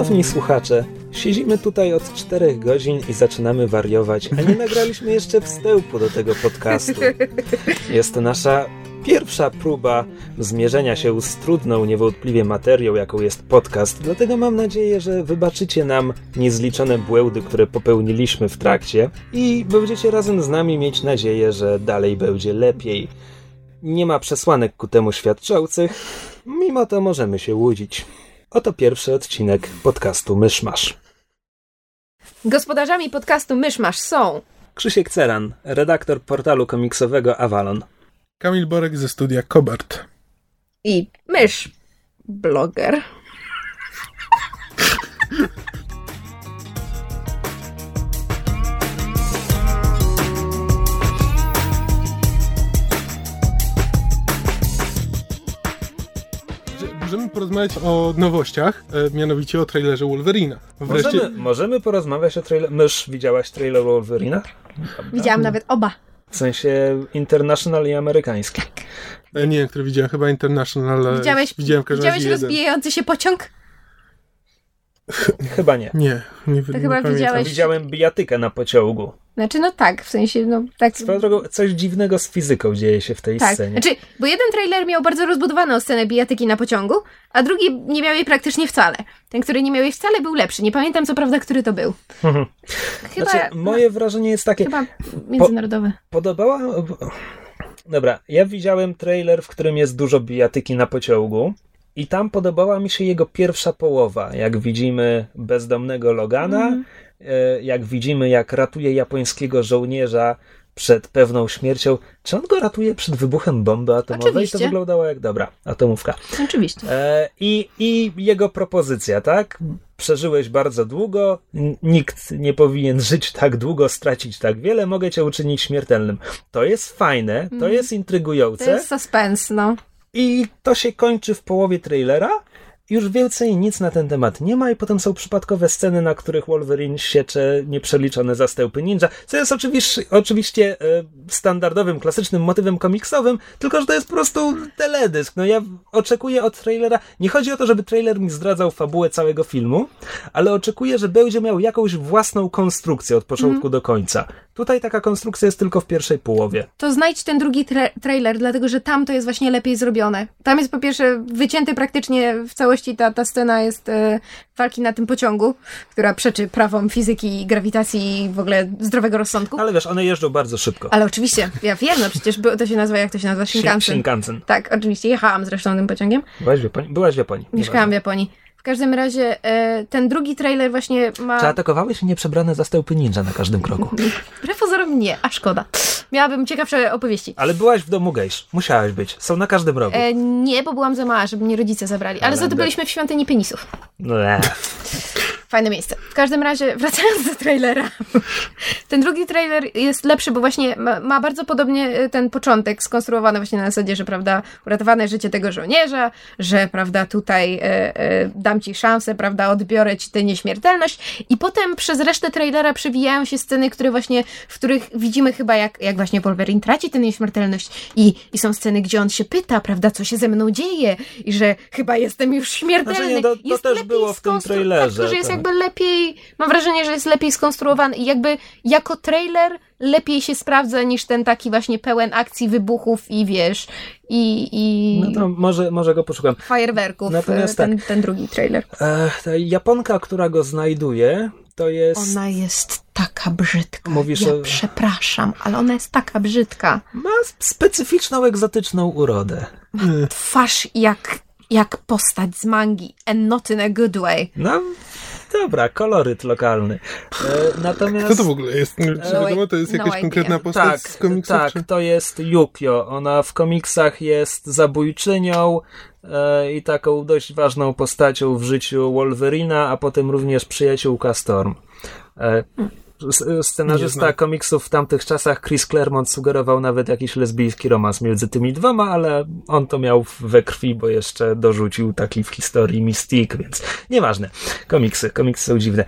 Szanowni słuchacze, siedzimy tutaj od 4 godzin i zaczynamy wariować, a nie nagraliśmy jeszcze wstępu do tego podcastu. Jest to nasza pierwsza próba zmierzenia się z trudną niewątpliwie materią, jaką jest podcast, dlatego mam nadzieję, że wybaczycie nam niezliczone błędy, które popełniliśmy w trakcie i będziecie razem z nami mieć nadzieję, że dalej będzie lepiej. Nie ma przesłanek ku temu świadczących, mimo to możemy się łudzić. Oto pierwszy odcinek podcastu Myszmasz. Gospodarzami podcastu Myszmasz są Krzysiek Ceran, redaktor portalu komiksowego Avalon. Kamil Borek ze studia Kobart. I Mysz, bloger. Możemy porozmawiać o nowościach, mianowicie o trailerze Wolverina. Możemy porozmawiać o trailerze. Mysz, widziałaś trailer Wolverina? Widziałam nawet oba. W sensie international i amerykański. Nie wiem, który widziałem, chyba International, ale widziałem w każdym razie jeden. Rozbijający się pociąg? Chyba nie. Nie chyba pamiętam. Widziałem bijatykę na pociągu. Znaczy, no tak, w sensie, no tak. Swoją drogą, coś dziwnego z fizyką dzieje się w tej scenie. Znaczy, bo jeden trailer miał bardzo rozbudowaną scenę bijatyki na pociągu, a drugi nie miał jej praktycznie wcale. Ten, który nie miał jej wcale, był lepszy. Nie pamiętam, co prawda, który to był. Chyba, znaczy, moje wrażenie jest takie... Chyba międzynarodowe. Dobra, ja widziałem trailer, w którym jest dużo bijatyki na pociągu. I tam podobała mi się jego pierwsza połowa. Jak widzimy bezdomnego Logana, jak widzimy, jak ratuje japońskiego żołnierza przed pewną śmiercią. Czy on go ratuje przed wybuchem bomby atomowej? Oczywiście. To wyglądało jak dobra atomówka. Oczywiście. I jego propozycja, tak? Przeżyłeś bardzo długo, nikt nie powinien żyć tak długo, stracić tak wiele, mogę cię uczynić śmiertelnym. To jest fajne, to jest intrygujące. To jest suspense, no. I to się kończy w połowie trailera. Już więcej nic na ten temat nie ma i potem są przypadkowe sceny, na których Wolverine siecze nieprzeliczone zastępy ninja, co jest oczywiście standardowym, klasycznym motywem komiksowym, tylko że to jest po prostu teledysk. No ja oczekuję od trailera, nie chodzi o to, żeby trailer mi zdradzał fabułę całego filmu, ale oczekuję, że będzie miał jakąś własną konstrukcję od początku do końca. Tutaj taka konstrukcja jest tylko w pierwszej połowie. To znajdź ten drugi trailer, dlatego że tam to jest właśnie lepiej zrobione. Tam jest po pierwsze wycięty praktycznie w całości ta scena jest walki na tym pociągu, która przeczy prawom fizyki i grawitacji i w ogóle zdrowego rozsądku. Ale wiesz, one jeżdżą bardzo szybko. Ale oczywiście, ja wiem, no przecież to się nazywa, jak to się nazywa? Shinkansen. Tak, oczywiście, jechałam zresztą tym pociągiem. Byłaś w Japonii. Mieszkałam w Japonii. W każdym razie ten drugi trailer właśnie ma... Czy atakowały się nieprzebrane zastępy ninja na każdym kroku? Wbrew pozorom nie, a szkoda. Miałabym ciekawsze opowieści. Ale byłaś w domu gejsz. Musiałaś być. Są na każdym rogu. Nie, bo byłam za mała, żeby mnie rodzice zabrali. Ale za to byliśmy w świątyni penisów. Fajne miejsce. W każdym razie, wracając do trailera. Ten drugi trailer jest lepszy, bo właśnie ma bardzo podobnie ten początek skonstruowany właśnie na zasadzie, że prawda, uratowane życie tego żołnierza, że prawda, tutaj dam ci szansę, prawda, odbiorę ci tę nieśmiertelność i potem przez resztę trailera przewijają się sceny, w których widzimy chyba jak właśnie Wolverine traci tę nieśmiertelność i są sceny, gdzie on się pyta, prawda, co się ze mną dzieje i że chyba jestem już śmiertelny. Znaczy nie, to też było w tym trailerze. Tak, że jest jakby lepiej, mam wrażenie, że jest lepiej skonstruowany i jakby jako trailer lepiej się sprawdza niż ten taki właśnie pełen akcji, wybuchów i wiesz, No to może go poszukam. Fajerwerków, natomiast ten drugi trailer. Ta Japonka, która go znajduje, to jest... Ona jest taka brzydka. Mówisz przepraszam, ale ona jest taka brzydka. Ma specyficzną, egzotyczną urodę. Ma twarz jak postać z mangi and not in a good way. No, dobra, koloryt lokalny. Natomiast... Kto to w ogóle jest? Wiadomo, to jest jakaś konkretna postać z komiksów? Tak, to jest Yukio. Ona w komiksach jest zabójczynią i taką dość ważną postacią w życiu Wolverina, a potem również przyjaciółka Storm. Scenarzysta komiksów w tamtych czasach Chris Claremont sugerował nawet jakiś lesbijski romans między tymi dwoma, ale on to miał we krwi, bo jeszcze dorzucił taki w historii Mystique, więc nieważne. Komiksy są dziwne.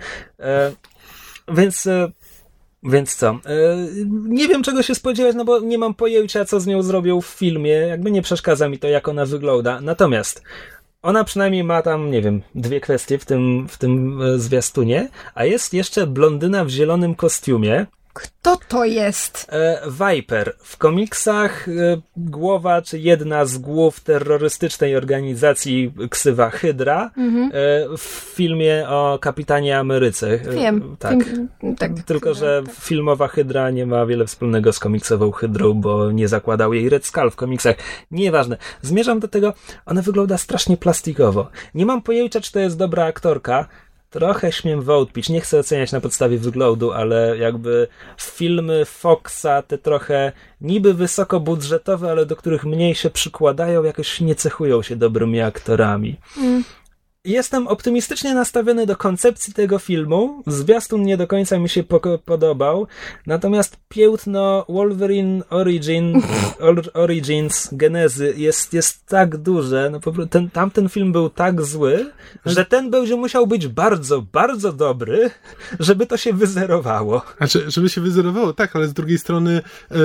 Więc co? Nie wiem, czego się spodziewać, no bo nie mam pojęcia, co z nią zrobią w filmie. Jakby nie przeszkadza mi to, jak ona wygląda. Natomiast ona przynajmniej ma tam, nie wiem, 2 kwestie w tym zwiastunie, a jest jeszcze blondyna w zielonym kostiumie. Kto to jest? Viper. W komiksach głowa, czy jedna z głów terrorystycznej organizacji ksywa Hydra. W filmie o Kapitanie Ameryce. Wiem. Tak. Tylko, że filmowa Hydra nie ma wiele wspólnego z komiksową Hydrą, bo nie zakładał jej Red Skull w komiksach. Nieważne. Zmierzam do tego, ona wygląda strasznie plastikowo. Nie mam pojęcia, czy to jest dobra aktorka. Trochę śmiem wątpić, nie chcę oceniać na podstawie wyglądu, ale jakby filmy Foxa, te trochę niby wysokobudżetowe, ale do których mniej się przykładają, jakoś nie cechują się dobrymi aktorami. Jestem optymistycznie nastawiony do koncepcji tego filmu. Zwiastun nie do końca mi się podobał. Natomiast piętno Wolverine Origins genezy jest tak duże. No, tamten film był tak zły, że ten będzie musiał być bardzo, bardzo dobry, żeby to się wyzerowało. Żeby się wyzerowało, tak, ale z drugiej strony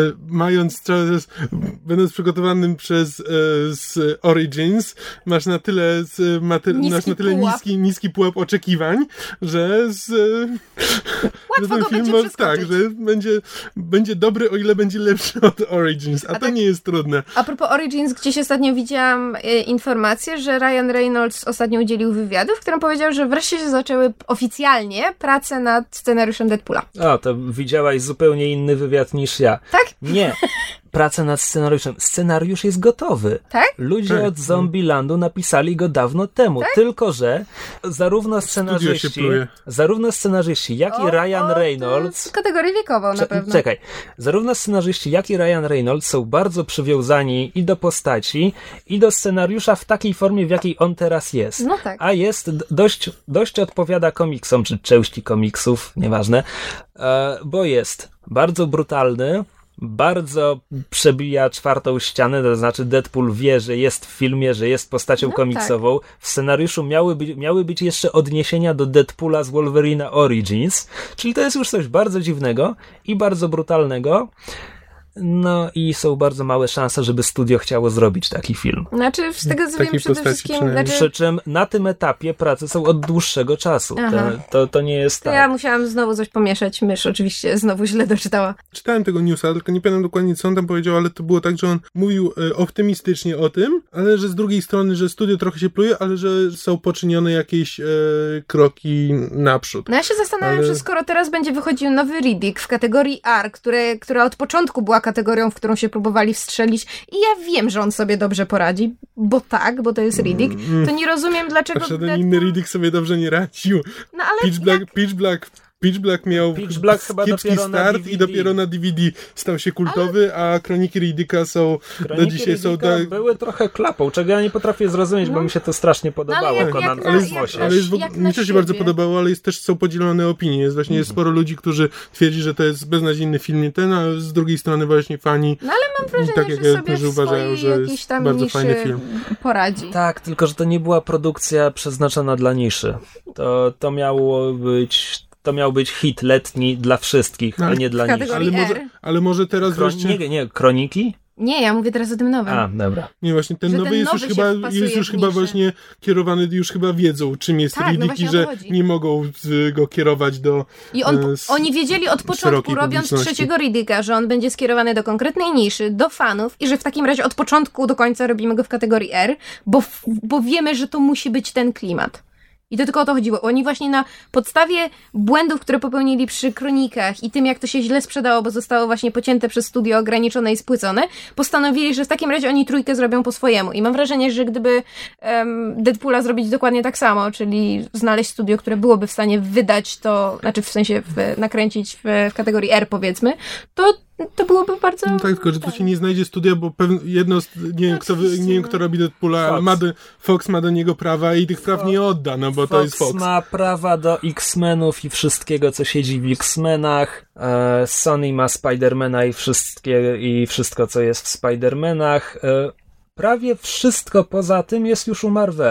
będąc przygotowanym przez Origins, masz na tyle niski pułap oczekiwań, że ten film że będzie dobry, o ile będzie lepszy od Origins, a to nie jest trudne. A propos Origins, gdzieś ostatnio widziałam informację, że Ryan Reynolds ostatnio udzielił wywiadu, w którym powiedział, że wreszcie się zaczęły oficjalnie prace nad scenariuszem Deadpoola. O, to widziałaś zupełnie inny wywiad niż ja. Tak? Nie. Praca nad scenariuszem. Scenariusz jest gotowy. Tak? Ludzie od Zombielandu napisali go dawno temu. Tak? Tylko, że zarówno scenarzyści, jak i Ryan Reynolds... W kategorii wiekową na pewno. Czekaj. Zarówno scenarzyści, jak i Ryan Reynolds są bardzo przywiązani i do postaci, i do scenariusza w takiej formie, w jakiej on teraz jest. No tak. A jest dość odpowiada komiksom, czy części komiksów, nieważne, bo jest bardzo brutalny, bardzo przebija 4. ścianę, to znaczy Deadpool wie, że jest w filmie, że jest postacią komiksową. Tak. W scenariuszu miały być jeszcze odniesienia do Deadpoola z Wolverina Origins, czyli to jest już coś bardzo dziwnego i bardzo brutalnego. No i są bardzo małe szanse, żeby studio chciało zrobić taki film. Znaczy, z tego co wiem, przede wszystkim... Przy czym na tym etapie prace są od dłuższego czasu. To nie jest tak. Ja musiałam znowu coś pomieszać. Mysz oczywiście znowu źle doczytała. Czytałem tego newsa, tylko nie pamiętam dokładnie, co on tam powiedział, ale to było tak, że on mówił optymistycznie o tym, ale że z drugiej strony, że studio trochę się pluje, ale że są poczynione jakieś kroki naprzód. No ja się zastanawiam, że skoro teraz będzie wychodził nowy Riddick w kategorii R, która od początku była kategorią, w którą się próbowali wstrzelić i ja wiem, że on sobie dobrze poradzi, bo to jest Riddick, to nie rozumiem, dlaczego... A żaden inny Riddick sobie dobrze nie radził. No, ale Pitch Black miał kiepski start i dopiero na DVD stał się kultowy, a Kroniki Riddicka są do dzisiaj były trochę klapą, czego ja nie potrafię zrozumieć, bo mi się to strasznie podobało. Mi też się bardzo podobało, ale są podzielone opinie. Jest właśnie sporo ludzi, którzy twierdzi, że to jest beznadziejny film, nie ten, a z drugiej strony właśnie fani, ale mam wrażenie, że uważają, że jest bardzo fajny film. Poradzi. Tak, tylko że to nie była produkcja przeznaczona dla niszy. To miał być hit letni dla wszystkich, a nie dla niszy. Ale może teraz wreszcie... Nie, Kroniki? Nie, ja mówię teraz o tym nowym. A, dobra. Nie, właśnie ten nowy jest już chyba właśnie kierowany, już chyba wiedzą, czym jest Riddick i że nie mogą go kierować do I oni wiedzieli od początku, robiąc 3. Riddicka, że on będzie skierowany do konkretnej niszy, do fanów i że w takim razie od początku do końca robimy go w kategorii R, bo wiemy, że to musi być ten klimat. I to tylko o to chodziło. Oni właśnie na podstawie błędów, które popełnili przy Kronikach i tym, jak to się źle sprzedało, bo zostało właśnie pocięte przez studio, ograniczone i spłycone, postanowili, że w takim razie oni 3 zrobią po swojemu. I mam wrażenie, że gdyby Deadpoola zrobić dokładnie tak samo, czyli znaleźć studio, które byłoby w stanie wydać to, znaczy w sensie nakręcić w kategorii R, powiedzmy, to byłoby bardzo... No tak, tylko że tu się nie znajdzie studia, bo nie wiem kto robi Deadpoola, ale Fox ma do niego prawa i tych praw nie odda, no bo to jest Fox. Ma prawa do X-Menów i wszystkiego, co siedzi w X-Menach. Sony ma Spidermana i wszystko, co jest w Spidermanach. Prawie wszystko poza tym jest już u Marvela.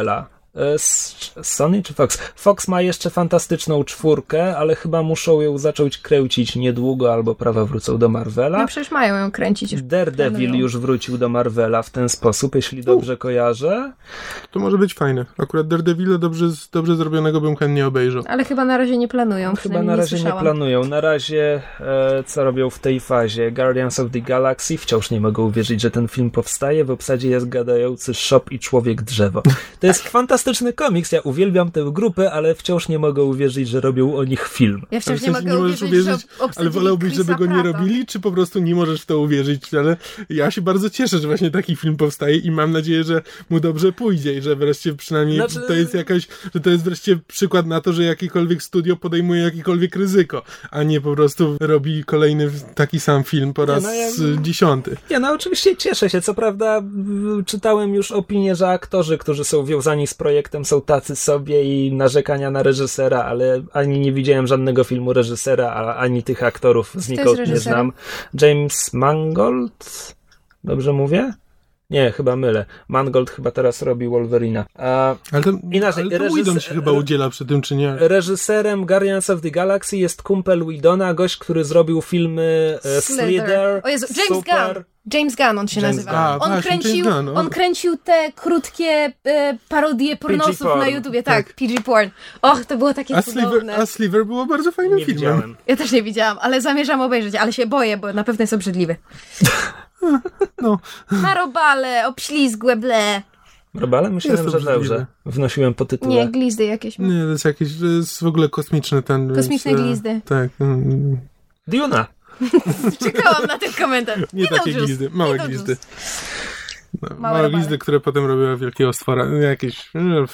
Sony czy Fox? Fox ma jeszcze Fantastyczną Czwórkę, ale chyba muszą ją zacząć kręcić niedługo, albo prawa wrócą do Marvela. No przecież mają ją kręcić. Daredevil już wrócił do Marvela w ten sposób, jeśli dobrze kojarzę. To może być fajne. Akurat Daredevila dobrze zrobionego bym chętnie obejrzał. Ale chyba na razie nie planują. Chyba na razie nie planują. Na razie co robią w tej fazie? Guardians of the Galaxy. Wciąż nie mogą uwierzyć, że ten film powstaje. W obsadzie jest gadający szop i człowiek drzewo. To jest fantastyczny komiks. Ja uwielbiam tę grupę, ale wciąż nie mogę uwierzyć, że robią o nich film. Ja wciąż nie mogę uwierzyć, że ale wolałbyś, żeby go nie robili, czy po prostu nie możesz w to uwierzyć? Ale ja się bardzo cieszę, że właśnie taki film powstaje i mam nadzieję, że mu dobrze pójdzie i że wreszcie przynajmniej to jest że to jest wreszcie przykład na to, że jakiekolwiek studio podejmuje jakiekolwiek ryzyko, a nie po prostu robi kolejny taki sam film po raz 10. Ja oczywiście cieszę się. Co prawda czytałem już opinię, że aktorzy, którzy są wiązani z projektem, są tacy sobie i narzekania na reżysera, ale ani nie widziałem żadnego filmu reżysera, ani tych aktorów znikąd nie znam. James Mangold? Dobrze mówię? Nie, chyba mylę. Mangold chyba teraz robi Wolverina. Ale to Whedon się chyba udziela przy tym, czy nie? Reżyserem Guardians of the Galaxy jest kumpel Whedona, gość, który zrobił filmy Slither. O Jezu, James Gunn on się nazywa. On kręcił te krótkie parodie pornosów na YouTubie. Tak, PG Porn. Och, to było takie cudowne. A Sliver było bardzo fajnym filmem. Widziałem. Ja też nie widziałam, ale zamierzam obejrzeć, ale się boję, bo na pewno jest obrzydliwy. No. Na robale, obślizgłe, ble. Robale? Myślałem, że dobrze. Wnosiłem po tytule. Nie, glizdy jakieś. Nie, to jest w ogóle kosmiczny ten. Kosmiczne glizdy. Tak. Duna. Czekałam na ten komentarz. Nie takie glizdy, małe glizdy. Małe glizdy, które potem robiły wielkiego stwora. Jakieś...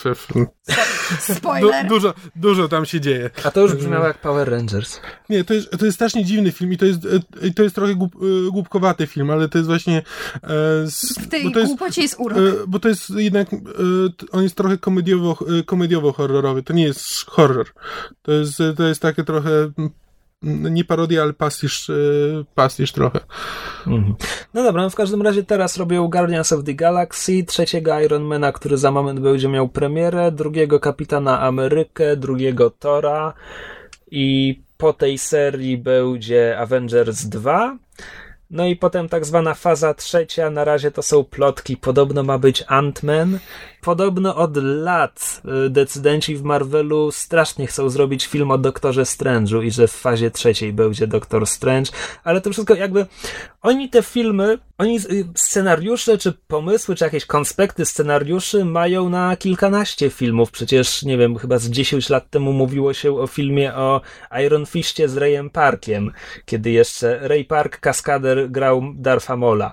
Spoiler. Dużo tam się dzieje. A to już brzmiało jak Power Rangers. Nie, to jest strasznie dziwny film i to jest trochę głupkowaty film, ale to jest właśnie... w tej głupocie jest urok. Bo to jest jednak... on jest trochę komediowo-horrorowy. To nie jest horror. To jest takie trochę... Nie parodia, ale pastisz trochę. No dobra, no w każdym razie teraz robią Guardians of the Galaxy, trzeciego Ironmana, który za moment będzie miał premierę, drugiego Kapitana Amerykę, drugiego Thora i po tej serii będzie Avengers 2. No i potem tak zwana faza trzecia, na razie to są plotki, podobno ma być Ant-Man. Podobno od lat decydenci w Marvelu strasznie chcą zrobić film o Doktorze Strange'u i że w fazie trzeciej będzie Doktor Strange, ale to wszystko jakby oni te filmy, scenariusze czy pomysły, czy jakieś konspekty scenariuszy mają na kilkanaście filmów. Przecież, nie wiem, chyba z 10 lat temu mówiło się o filmie o Iron Fistie z Rayem Parkiem, kiedy jeszcze Ray Park, kaskader, grał Dartha Maula.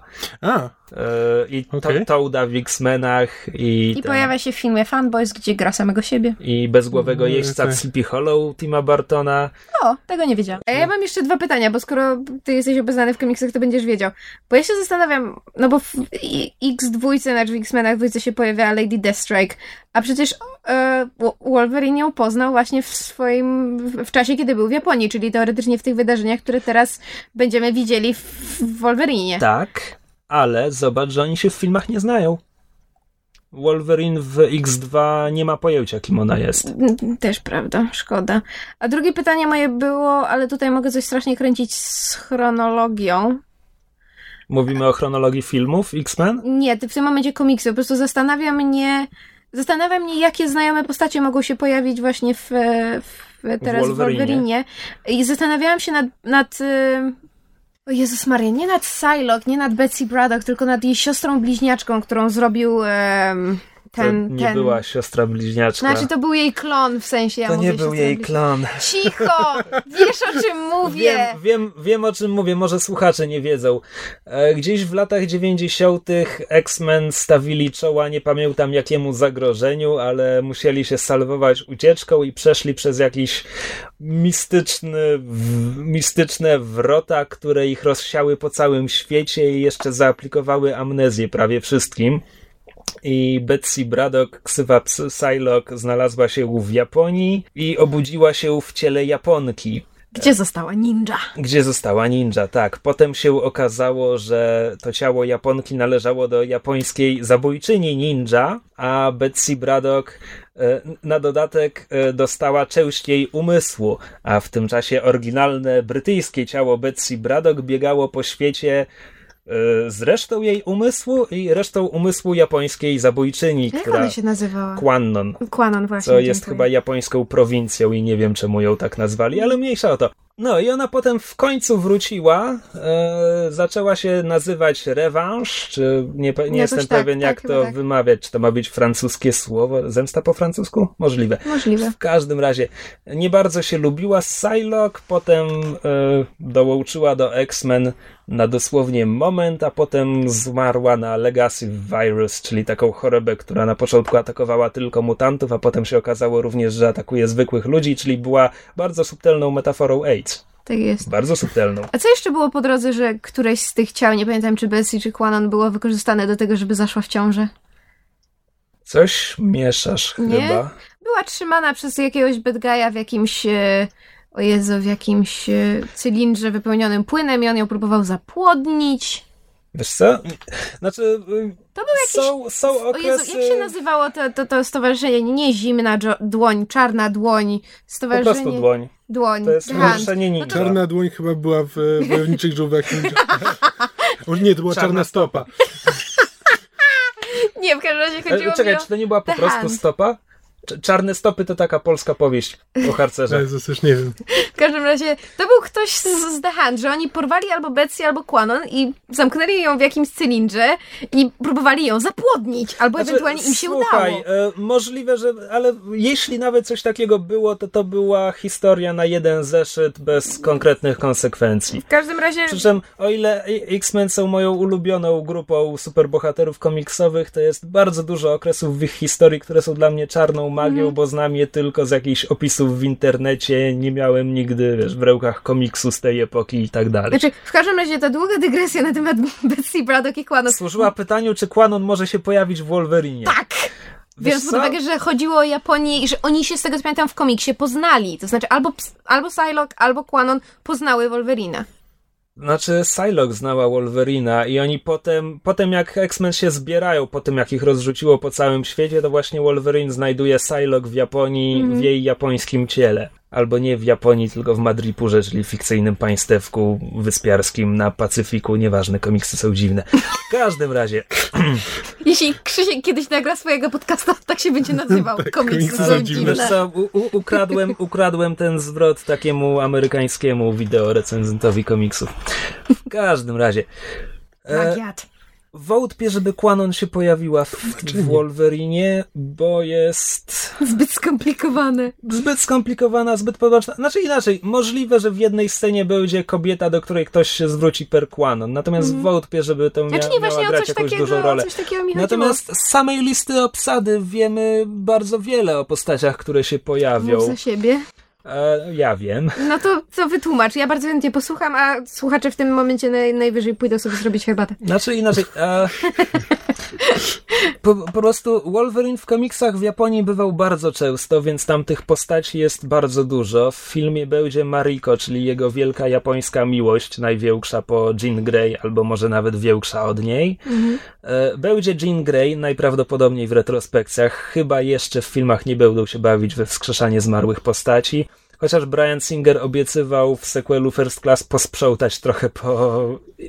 I Toada w X-Menach i pojawia się w filmie Fanboys, gdzie gra samego siebie. I bezgłowego jeźdźca w Sleepy Hollow Tima Burtona. O, tego nie wiedziałam. A ja mam jeszcze 2 pytania, bo skoro ty jesteś obeznany w komiksach, to będziesz wiedział. Bo ja się zastanawiam, no bo w X2, znaczy w X-Menach 2 się pojawiała Lady Deathstrike, a przecież Wolverine ją poznał właśnie w czasie, kiedy był w Japonii, czyli teoretycznie w tych wydarzeniach, które teraz będziemy widzieli w Wolverinie. Tak. Ale zobacz, że oni się w filmach nie znają. Wolverine w X2 nie ma pojęcia, kim ona jest. Też prawda, szkoda. A drugie pytanie moje było, ale tutaj mogę coś strasznie kręcić z chronologią. Mówimy o chronologii filmów X-Men? Nie, w tym momencie komiksy. Po prostu zastanawia mnie, jakie znajome postacie mogą się pojawić właśnie teraz w Wolverinie. I zastanawiałam się nad o Jezus Maria, nie nad Psylocke, nie nad Betsy Braddock, tylko nad jej siostrą bliźniaczką, którą zrobił była siostra bliźniaczka. Znaczy to był jej klon, w sensie. To nie był jej klon. Cicho! Wiesz, o czym mówię! Wiem, o czym mówię, może słuchacze nie wiedzą. Gdzieś w latach 90. X-Men stawili czoła, nie pamiętam jakiemu zagrożeniu, ale musieli się salwować ucieczką i przeszli przez jakiś mistyczne wrota, które ich rozsiały po całym świecie i jeszcze zaaplikowały amnezję prawie wszystkim. I Betsy Braddock, ksywa Psylocke, znalazła się w Japonii i obudziła się w ciele Japonki. Gdzie została ninja? Gdzie została ninja, tak. Potem się okazało, że to ciało Japonki należało do japońskiej zabójczyni ninja, a Betsy Braddock na dodatek dostała część jej umysłu, a w tym czasie oryginalne brytyjskie ciało Betsy Braddock biegało po świecie z resztą jej umysłu i resztą umysłu japońskiej zabójczyni, jak która ona się nazywała? Kwannon. Kwannon, właśnie. Co jest chyba japońską prowincją i nie wiem, czemu ją tak nazwali, ale mniejsza o to. No i ona potem w końcu wróciła, zaczęła się nazywać Revanche, czy nie jestem pewien, jak to wymawiać, czy to ma być francuskie słowo, zemsta po francusku? Możliwe. W każdym razie nie bardzo się lubiła z Psylocke, potem dołączyła do X-Men na dosłownie moment, a potem zmarła na Legacy Virus, czyli taką chorobę, która na początku atakowała tylko mutantów, a potem się okazało również, że atakuje zwykłych ludzi, czyli była bardzo subtelną metaforą AIDS. Tak jest. Bardzo subtelną. A co jeszcze było po drodze, że któreś z tych ciał, nie pamiętam czy Betsy czy Kwannon, było wykorzystane do tego, żeby zaszła w ciążę? Coś mieszasz nie? chyba. Była trzymana przez jakiegoś bad guy'a w jakimś... O Jezu, w jakimś cylindrze wypełnionym płynem i on ją próbował zapłodnić. Wiesz co? Znaczy, to był jakiś... są okresy... O Jezu, jak się nazywało to stowarzyszenie? Nie zimna dłoń, czarna dłoń. Stowarzyszenie... Po prostu dłoń. Dłoń. To jest stowarzyszenie ninja. Czarna dłoń chyba była w Wojowniczych Żółwach Ninja. Nie, to była czarna stopa. Nie, w każdym razie chodziło Czekaj, czy to nie była po prostu stopa? Czarne stopy to taka polska powieść o harcerzach. Jezus, już nie wiem. W każdym razie to był ktoś z The Hand, że oni porwali albo Betsy, albo Kwannon i zamknęli ją w jakimś cylindrze i próbowali ją zapłodnić, albo ewentualnie im się udało. Możliwe, że... Ale jeśli nawet coś takiego było, to była historia na jeden zeszyt bez konkretnych konsekwencji. W każdym razie... Przy czym, o ile X-Men są moją ulubioną grupą superbohaterów komiksowych, to jest bardzo dużo okresów w ich historii, które są dla mnie czarną magią, bo znam je tylko z jakichś opisów w internecie, nie miałem nigdy, w rękach komiksu z tej epoki i tak dalej. Znaczy, w każdym razie ta długa dygresja na temat Betsy Braddock i Kwannon służyła pytaniu, czy Kwannon może się pojawić w Wolverinie. Tak! Biorąc pod uwagę, że chodziło o Japonię i że oni się, z tego co pamiętam, w komiksie poznali. To znaczy albo Psylocke, albo Kwannon poznały Wolverina. Znaczy, Psylocke znała Wolverina i oni potem jak X-Men się zbierają, po tym jak ich rozrzuciło po całym świecie, to właśnie Wolverine znajduje Psylocke w Japonii, w jej japońskim ciele. Albo nie w Japonii, tylko w Madripurze, czyli fikcyjnym państewku wyspiarskim na Pacyfiku. Nieważne, komiksy są dziwne. W każdym razie... Jeśli Krzysiek kiedyś nagra swojego podcasta, tak się będzie nazywał. Tak, komiksy są dziwne. Wiesz co, ukradłem ten zwrot takiemu amerykańskiemu wideorecenzentowi komiksów. W każdym razie... Magiat. Wątpię, żeby Kwannon się pojawiła w Wolverinie, bo jest... Zbyt skomplikowane. Zbyt skomplikowana, zbyt poboczna. Znaczy inaczej, możliwe, że w jednej scenie będzie kobieta, do której ktoś się zwróci per Kwannon. Natomiast wątpię, żeby to miała grać jakąś dużą rolę. Natomiast z samej listy obsady wiemy bardzo wiele o postaciach, które się pojawią. Mów za siebie. Ja wiem. No to wytłumacz. Ja bardzo chętnie posłucham, a słuchacze w tym momencie najwyżej pójdą sobie zrobić herbatę. Znaczy inaczej. Po prostu Wolverine w komiksach w Japonii bywał bardzo często, więc tam tych postaci jest bardzo dużo. W filmie będzie Mariko, czyli jego wielka japońska miłość, największa po Jean Grey, albo może nawet większa od niej. Będzie Jean Grey, najprawdopodobniej w retrospekcjach. Chyba jeszcze w filmach nie będą się bawić we wskrzeszanie zmarłych postaci. Chociaż Bryan Singer obiecywał w sequelu First Class posprzątać trochę po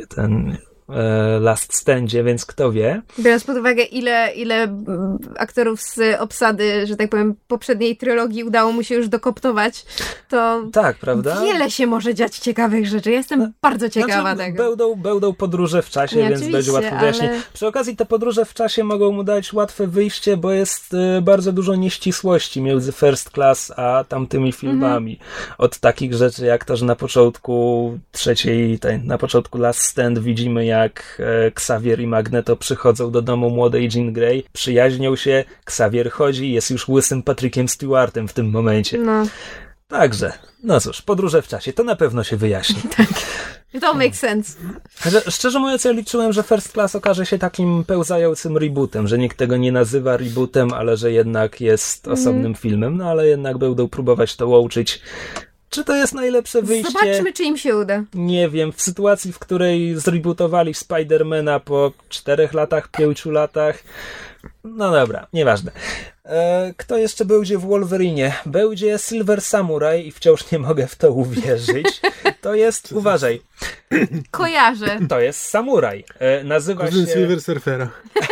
Last Standzie, więc kto wie. Biorąc pod uwagę, ile aktorów z obsady, że tak powiem, poprzedniej trylogii udało mu się już dokoptować, to tak, prawda? Wiele się może dziać ciekawych rzeczy. Jestem bardzo ciekawa tego. Będą podróże w czasie, więc będzie łatwo wyjaśnić. Przy okazji te podróże w czasie mogą mu dać łatwe wyjście, bo jest bardzo dużo nieścisłości między First Class a tamtymi filmami. Od takich rzeczy jak to, że na początku na początku Last Stand widzimy, jak Xavier i Magneto przychodzą do domu młodej Jean Grey, przyjaźnią się, Xavier chodzi, jest już łysym Patrickiem Stewartem w tym momencie. No. Także, no cóż, podróże w czasie, to na pewno się wyjaśni. Tak. To makes sense. Szczerze mówiąc, ja liczyłem, że First Class okaże się takim pełzającym rebootem, że nikt tego nie nazywa rebootem, ale że jednak jest osobnym filmem, no ale jednak będą próbować to łączyć. Czy to jest najlepsze wyjście? Zobaczmy, czy im się uda. Nie wiem. W sytuacji, w której zrebootowali Spidermana po 4 latach, 5 latach. No dobra, nieważne. Kto jeszcze będzie w Wolverinie? Będzie Silver Samurai i wciąż nie mogę w to uwierzyć. To jest, uważaj. Kojarzę. To jest samuraj. Nazywa się... Silver Surfera.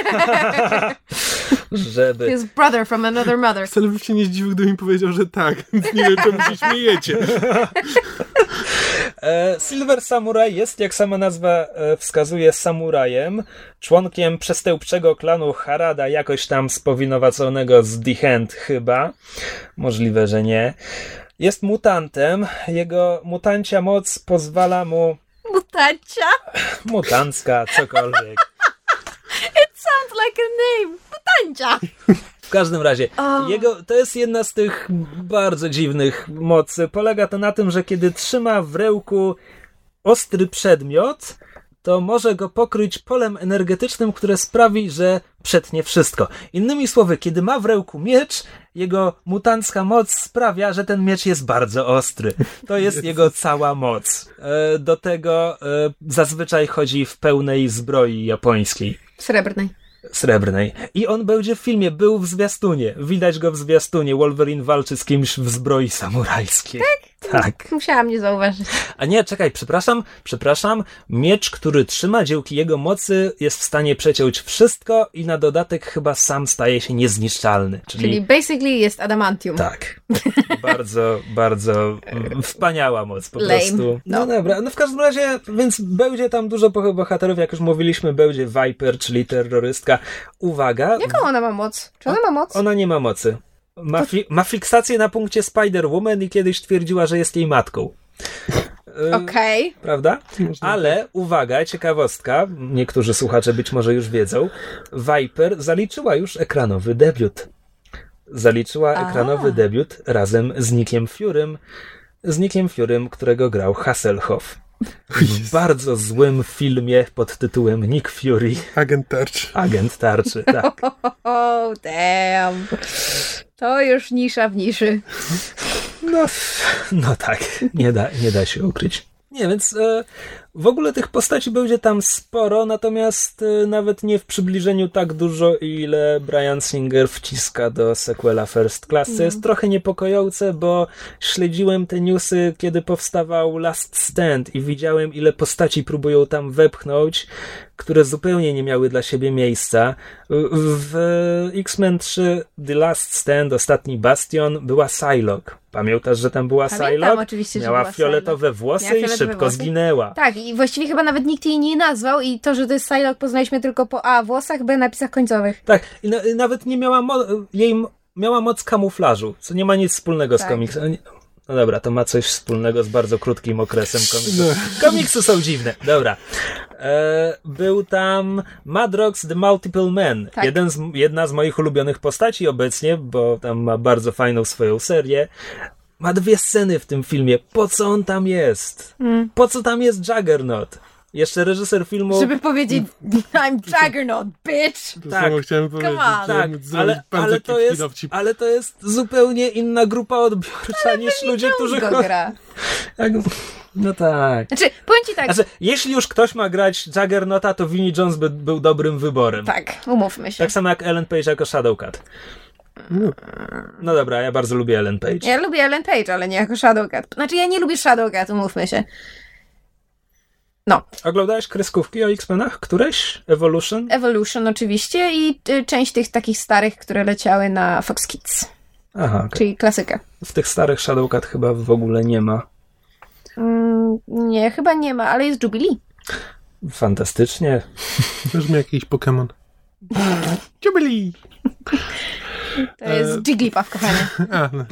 Żeby... To jest brother from another mother. Wcale bym się nie zdziwił, gdyby mi powiedział, że tak. Więc nie wiem, czemu się śmiejecie. Silver Samurai jest, jak sama nazwa wskazuje, samurajem, członkiem przestępczego klanu Harada, jakoś tam spowinowaconego z The Hand chyba. Możliwe, że nie. Jest mutantem. Jego mutancia moc pozwala mu... Mutancia? Mutancka, cokolwiek. It sounds like a name. Mutancia. W każdym razie, to jest jedna z tych bardzo dziwnych mocy. Polega to na tym, że kiedy trzyma w ręku ostry przedmiot, to może go pokryć polem energetycznym, które sprawi, że przetnie wszystko. Innymi słowy, kiedy ma w ręku miecz, jego mutancka moc sprawia, że ten miecz jest bardzo ostry. To jest jego cała moc. Do tego zazwyczaj chodzi w pełnej zbroi japońskiej. Srebrnej. I on będzie w filmie, był w zwiastunie. Widać go w zwiastunie. Wolverine walczy z kimś w zbroi samurajskiej. Tak. Musiałam nie zauważyć. A nie, czekaj, przepraszam. Miecz, który trzyma dzięki jego mocy, jest w stanie przeciąć wszystko i na dodatek chyba sam staje się niezniszczalny. Czyli basically jest adamantium. Tak. Bardzo, bardzo wspaniała moc po prostu. No dobra, no w każdym razie, więc będzie tam dużo bohaterów, jak już mówiliśmy, będzie Viper, czyli terrorystka. Uwaga. Jaką ona ma moc? Czy ona ma moc? Ona nie ma mocy. Ma fiksację na punkcie Spider-Woman i kiedyś twierdziła, że jest jej matką. Okej. Prawda? Ale uwaga, ciekawostka, niektórzy słuchacze być może już wiedzą, Viper zaliczyła już ekranowy debiut. Ekranowy debiut razem z Nickiem Furym, którego grał Hasselhoff. W bardzo złym filmie pod tytułem Nick Fury. Agent tarczy, tak. Oh, damn. To już nisza w niszy. No tak, nie da się ukryć. Nie, więc w ogóle tych postaci będzie tam sporo, natomiast nawet nie w przybliżeniu tak dużo, ile Bryan Singer wciska do sequela First Class, co jest trochę niepokojące, bo śledziłem te newsy, kiedy powstawał Last Stand i widziałem, ile postaci próbują tam wepchnąć, które zupełnie nie miały dla siebie miejsca. W X-Men 3 The Last Stand, ostatni bastion, była Psylocke. Pamiętasz, że tam była Psylocke? Oczywiście, miała że była fioletowe włosy i szybko zginęła. Tak, i właściwie chyba nawet nikt jej nie nazwał i to, że to jest Psylocke, poznaliśmy tylko po A włosach, B napisach końcowych. Tak, i nawet nie miała miała moc kamuflażu, co nie ma nic wspólnego z komiksem. No dobra, to ma coś wspólnego z bardzo krótkim okresem komiksu. Komiksy są dziwne. Dobra. Był tam Madrox the Multiple Man. Tak. Jedna z moich ulubionych postaci obecnie, bo tam ma bardzo fajną swoją serię. Ma 2 sceny w tym filmie. Po co on tam jest? Po co tam jest Juggernaut? Jeszcze reżyser filmu... Żeby powiedzieć I'm Juggernaut, bitch! To samo chciałem powiedzieć. Tak, ale to jest zupełnie inna grupa odbiorcza niż ludzie, którzy... gra. No tak. Znaczy, powiem ci tak. Jeśli już ktoś ma grać Juggernauta, to Vinnie Jones był dobrym wyborem. Tak, umówmy się. Tak samo jak Ellen Page jako Shadowcat. No dobra, ja bardzo lubię Ellen Page. Ja lubię Ellen Page, ale nie jako Shadowcat. Znaczy, ja nie lubię Shadowcat, umówmy się. No. Oglądałeś kreskówki o X-Menach? Któreś? Evolution? Evolution oczywiście i część tych takich starych, które leciały na Fox Kids. Aha, okay. Czyli klasykę. W tych starych Shadowcat chyba w ogóle nie ma. Nie, chyba nie ma, ale jest Jubilee. Fantastycznie. Brzmi jakiś Pokémon. Jubilee! To jest Jigglypuff, kochanie. No.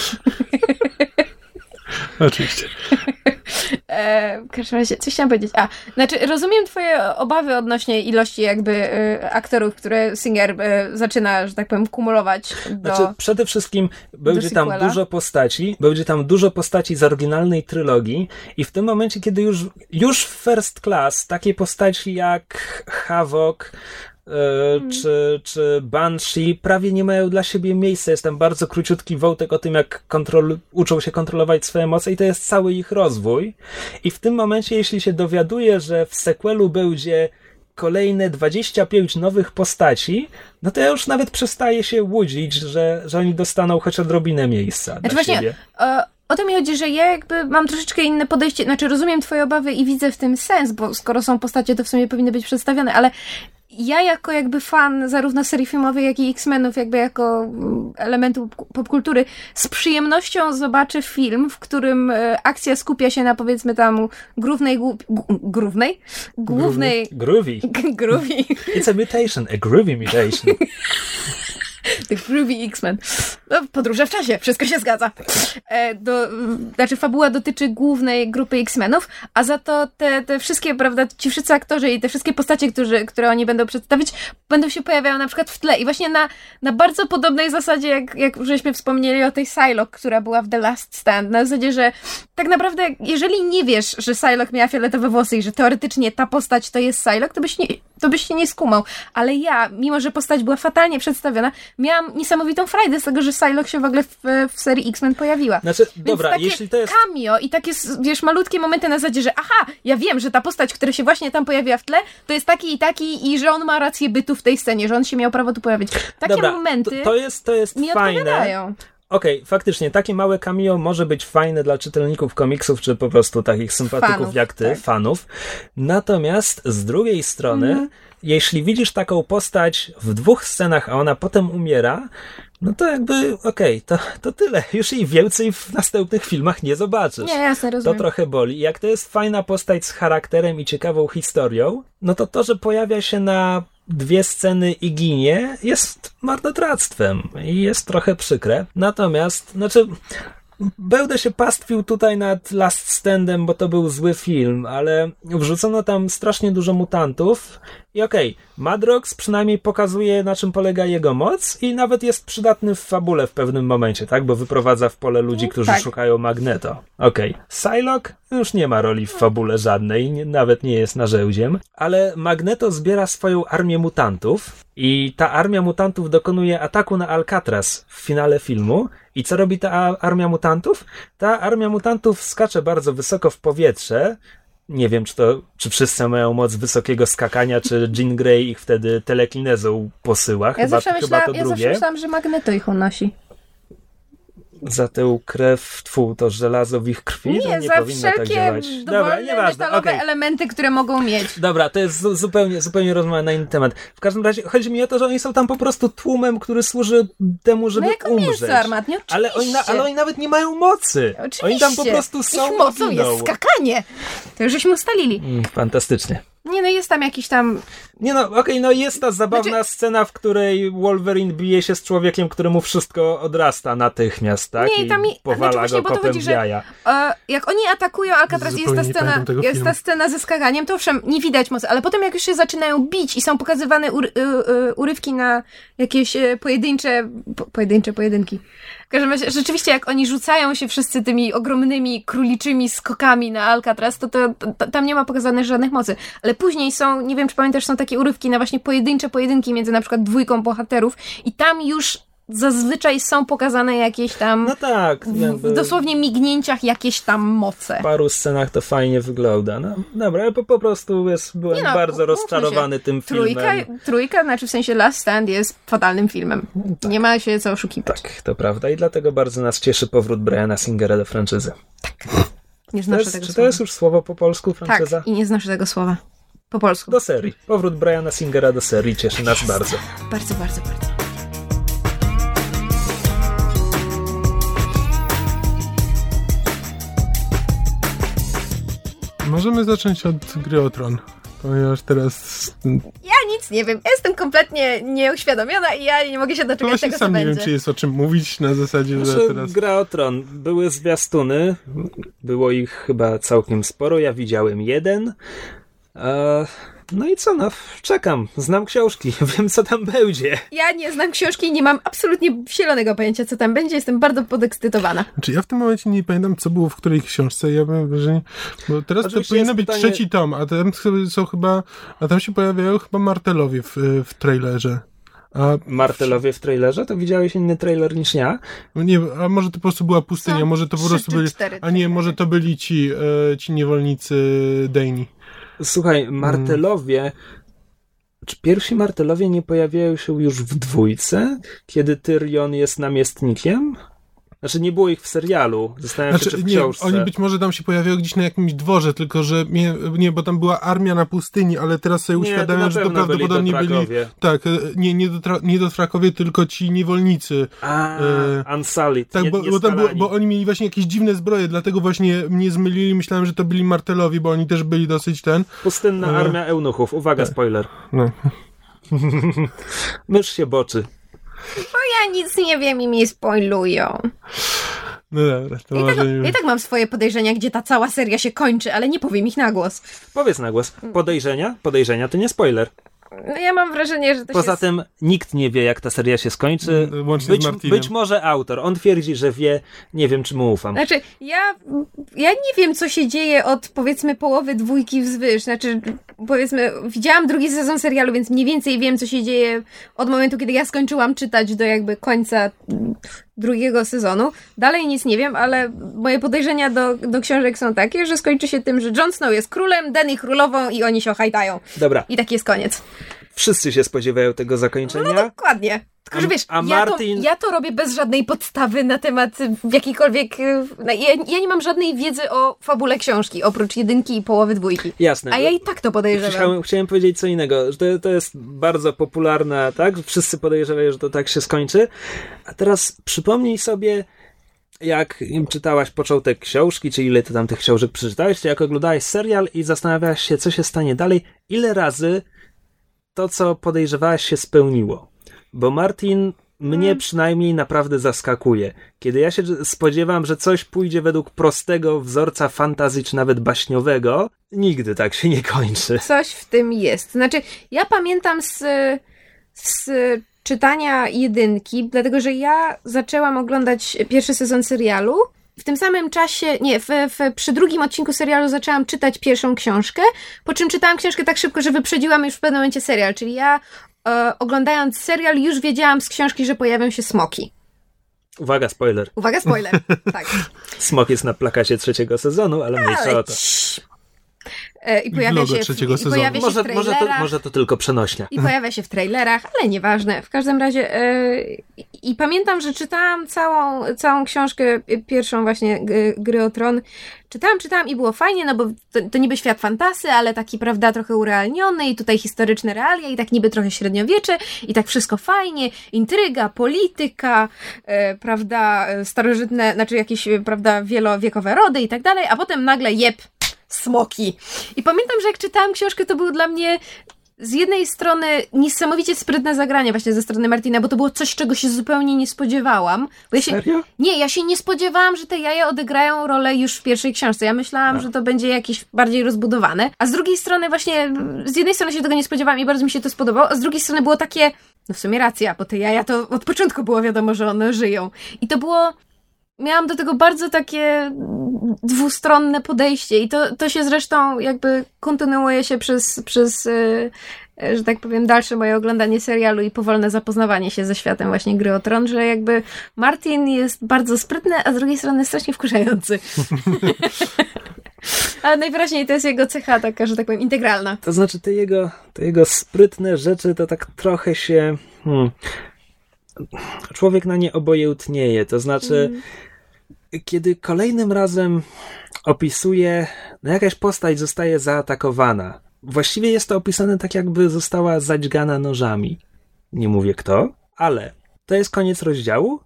Oczywiście. W każdym razie, coś chciałam powiedzieć. Znaczy, rozumiem twoje obawy odnośnie ilości jakby aktorów, które Singer zaczyna, że tak powiem, kumulować do... Znaczy, przede wszystkim będzie tam dużo postaci z oryginalnej trylogii i w tym momencie, kiedy już w First Class takie postaci jak Havok, czy Banshee prawie nie mają dla siebie miejsca. Jest tam bardzo króciutki wątek o tym, jak uczą się kontrolować swoje moce i to jest cały ich rozwój. I w tym momencie, jeśli się dowiaduje, że w sequelu będzie kolejne 25 nowych postaci, no to ja już nawet przestaję się łudzić, że oni dostaną choć odrobinę miejsca dla siebie. O to mi chodzi, że ja jakby mam troszeczkę inne podejście, znaczy rozumiem twoje obawy i widzę w tym sens, bo skoro są postacie, to w sumie powinny być przedstawione, ale ja jako jakby fan zarówno serii filmowej, jak i X-Menów, jakby jako elementu popkultury, z przyjemnością zobaczę film, w którym akcja skupia się na, powiedzmy tam, głównej... Groovy. It's a mutation, a groovy mutation. The Groovy X-Men. No, podróże w czasie, wszystko się zgadza. Znaczy fabuła dotyczy głównej grupy X-Menów, a za to te wszystkie, prawda, ci wszyscy aktorzy i te wszystkie postacie, które oni będą przedstawić, będą się pojawiały na przykład w tle. I właśnie na bardzo podobnej zasadzie, jak żeśmy wspomnieli o tej Psylocke, która była w The Last Stand. Na zasadzie, że tak naprawdę, jeżeli nie wiesz, że Psylocke miała fioletowe włosy i że teoretycznie ta postać to jest Psylocke, to byś się nie skumał. Ale ja, mimo że postać była fatalnie przedstawiona, miałam niesamowitą frajdę z tego, że Psylocke się w ogóle w serii X-Men pojawiła. Znaczy, dobra, takie jeśli to jest cameo i takie, wiesz, malutkie momenty na zasadzie, że aha, ja wiem, że ta postać, która się właśnie tam pojawiła w tle, to jest taki i taki i że on ma rację bytu w tej scenie, że on się miał prawo tu pojawić. Takie momenty to jest mi fajne. odpowiadają. Okej, faktycznie, takie małe cameo może być fajne dla czytelników komiksów, czy po prostu takich sympatyków fanów, jak ty, tak. Fanów. Natomiast z drugiej strony, jeśli widzisz taką postać w 2 scenach, a ona potem umiera, no to jakby to tyle. Już jej więcej w następnych filmach nie zobaczysz. Nie, jasne, rozumiem. To trochę boli. I jak to jest fajna postać z charakterem i ciekawą historią, no to że pojawia się na 2 sceny i ginie, jest marnotrawstwem i jest trochę przykre. Natomiast, będę się pastwił tutaj nad Last Standem, bo to był zły film, ale wrzucono tam strasznie dużo mutantów i Madrox przynajmniej pokazuje, na czym polega jego moc i nawet jest przydatny w fabule w pewnym momencie, tak? Bo wyprowadza w pole ludzi, którzy szukają Magneto. Psylocke już nie ma roli w fabule żadnej, nawet nie jest narzędziem, ale Magneto zbiera swoją armię mutantów i ta armia mutantów dokonuje ataku na Alcatraz w finale filmu. I co robi ta armia mutantów? Ta armia mutantów skacze bardzo wysoko w powietrze. Nie wiem, czy wszyscy mają moc wysokiego skakania, czy Jean Grey ich wtedy telekinezą posyła. Chyba to drugie. Ja zawsze myślałam, że Magneto ich unosi. Za tę krew, to żelazo w ich krwi? Nie, nie za powinno wszelkie tak działać. Dobra, metalowe elementy, które mogą mieć. Dobra, to jest zupełnie rozmowa na inny temat. W każdym razie chodzi mi o to, że oni są tam po prostu tłumem, który służy temu, żeby umrzeć. Armatnie, ale oni nawet nie mają mocy. Oczywiście. Oni tam po prostu są. Ich mocą jest skakanie. To już żeśmy ustalili. Fantastycznie. Nie, jest tam jakiś tam... jest ta zabawna scena, w której Wolverine bije się z człowiekiem, któremu wszystko odrasta natychmiast, tak? Nie, i powala go kopem w jaja. Jak oni atakują Alcatraz, jest ta scena ze skakaniem, to owszem, nie widać mocy, ale potem jak już się zaczynają bić i są pokazywane urywki na jakieś pojedyncze pojedynki. W każdym razie, rzeczywiście, jak oni rzucają się wszyscy tymi ogromnymi, króliczymi skokami na Alcatraz, to tam nie ma pokazanych żadnych mocy. Ale później są, nie wiem, czy pamiętasz, są takie urywki na właśnie pojedyncze pojedynki między na przykład 2 bohaterów i tam już zazwyczaj są pokazane jakieś tam w dosłownie mignięciach jakieś tam moce. W paru scenach to fajnie wygląda. No dobra, ale po prostu byłem bardzo rozczarowany tym filmem. Trójka, znaczy w sensie Last Stand jest fatalnym filmem. Tak. Nie ma się co oszukiwać. Tak, to prawda i dlatego bardzo nas cieszy powrót Briana Singera do franczyzy. Tak. Nie znoszę tego słowa. Czy to jest już słowo po polsku, franczyza? Tak, i nie znoszę tego słowa. Po polsku. Do serii. Powrót Briana Singera do serii cieszy nas bardzo. Bardzo, bardzo, bardzo. Możemy zacząć od Gry o Tron, ponieważ teraz... Ja nic nie wiem, ja jestem kompletnie nieuświadomiona i ja nie mogę się doczekać tego, co będzie. Nie wiem, czy jest o czym mówić na zasadzie, że teraz... Gra o Tron. Były zwiastuny, było ich chyba całkiem sporo, ja widziałem jeden. No i co, czekam. Znam książki, wiem co tam będzie. Ja nie znam książki i nie mam absolutnie zielonego pojęcia, co tam będzie. Jestem bardzo podekscytowana. Znaczy ja w tym momencie nie pamiętam, co było w której książce. Ja bym wrażenie, bo teraz oczywiście to powinno być pytanie... 3. tom, a tam są chyba, a tam się pojawiają chyba martelowie w trailerze. Martelowie w trailerze? To widziałeś inny trailer niż ja? Nie, a może to po prostu była pustynia, może to po prostu byli... A nie, może to byli ci niewolnicy Dany. Słuchaj, martelowie... Czy pierwsi martelowie nie pojawiają się już w 2, kiedy Tyrion jest namiestnikiem? Znaczy nie było ich w serialu, zastanawiam się, czy w książce. Oni być może tam się pojawiają gdzieś na jakimś dworze, tylko że nie, bo tam była armia na pustyni, ale teraz sobie uświadamiam, że to prawdopodobnie byli tak, nie Dothrakowie, tylko ci niewolnicy. Unsullied. Tak, bo oni mieli właśnie jakieś dziwne zbroje, dlatego właśnie mnie zmylili, myślałem, że to byli martelowi, bo oni też byli dosyć Pustynna armia eunuchów. Uwaga, spoiler. No. Mysz się boczy. Bo ja nic nie wiem i mnie spoilują. No dobra, to może... Ja tak mam swoje podejrzenia, gdzie ta cała seria się kończy, ale nie powiem ich na głos. Powiedz na głos. Podejrzenia to nie spoiler. No ja mam wrażenie, że to Poza tym nikt nie wie, jak ta seria się skończy. Być może autor. On twierdzi, że wie. Nie wiem, czy mu ufam. Znaczy, ja nie wiem, co się dzieje od, powiedzmy, połowy 2 wzwyż. Znaczy, powiedzmy, widziałam 2 sezon serialu, więc mniej więcej wiem, co się dzieje od momentu, kiedy ja skończyłam czytać do jakby końca 2 sezonu. Dalej nic nie wiem, ale moje podejrzenia do książek są takie, że skończy się tym, że Jon Snow jest królem, Dany królową i oni się ohajtają. Dobra. I taki jest koniec. Wszyscy się spodziewają tego zakończenia. No dokładnie. Tylko, że wiesz, ja to robię bez żadnej podstawy na temat jakiejkolwiek... Ja nie mam żadnej wiedzy o fabule książki, oprócz 1 i połowy 2. Jasne. A ja i tak to podejrzewam. Chciałem powiedzieć co innego, że to jest bardzo popularna, tak? Wszyscy podejrzewają, że to tak się skończy. A teraz przypomnij sobie, jak czytałaś początek książki, czy ile ty tam tych książek przeczytałeś, czy jak oglądałeś serial i zastanawiałaś się, co się stanie dalej, ile razy to, co podejrzewałaś, się spełniło. Bo Martin mnie przynajmniej naprawdę zaskakuje. Kiedy ja się spodziewam, że coś pójdzie według prostego wzorca fantasy, czy nawet baśniowego, nigdy tak się nie kończy. Coś w tym jest. Znaczy, ja pamiętam z czytania 1, dlatego, że ja zaczęłam oglądać 1 sezon serialu. W tym samym czasie, przy 2 odcinku serialu zaczęłam czytać 1 książkę, po czym czytałam książkę tak szybko, że wyprzedziłam już w pewnym momencie serial, czyli ja oglądając serial już wiedziałam z książki, że pojawią się smoki. Uwaga, spoiler. Tak. Smok jest na plakacie 3 sezonu, ale mniejsza o to. I pojawia się w trailerach. Może to tylko przenośnia. I pojawia się w trailerach, ale nieważne. W każdym razie i pamiętam, że czytałam całą książkę, 1 właśnie Gry o Tron. Czytałam i było fajnie, no bo to niby świat fantasy, ale taki, prawda, trochę urealniony i tutaj historyczne realia i tak niby trochę średniowiecze i tak wszystko fajnie. Intryga, polityka, prawda, starożytne, znaczy jakieś, prawda, wielowiekowe rody i tak dalej, a potem nagle smoki. I pamiętam, że jak czytałam książkę, to był dla mnie z jednej strony niesamowicie sprytne zagranie właśnie ze strony Martina, bo to było coś, czego się zupełnie nie spodziewałam. Serio? Ja się nie spodziewałam, że te jaja odegrają rolę już w 1 książce. Ja myślałam, że to będzie jakieś bardziej rozbudowane. A z drugiej strony właśnie, z jednej strony się tego nie spodziewałam i bardzo mi się to spodobało, a z drugiej strony było takie, no w sumie racja, bo te jaja to od początku było wiadomo, że one żyją. I to było... Miałam do tego bardzo takie dwustronne podejście i to się zresztą jakby kontynuuje się przez że tak powiem, dalsze moje oglądanie serialu i powolne zapoznawanie się ze światem właśnie Gry o Tron, że jakby Martin jest bardzo sprytny, a z drugiej strony strasznie wkurzający. Ale najwyraźniej to jest jego cecha taka, że tak powiem, integralna. To znaczy te jego sprytne rzeczy to tak trochę się... Człowiek na nie obojętnieje, to znaczy kiedy kolejnym razem opisuje, no jakaś postać zostaje zaatakowana, właściwie jest to opisane tak, jakby została zadźgana nożami. Nie mówię kto, ale to jest koniec rozdziału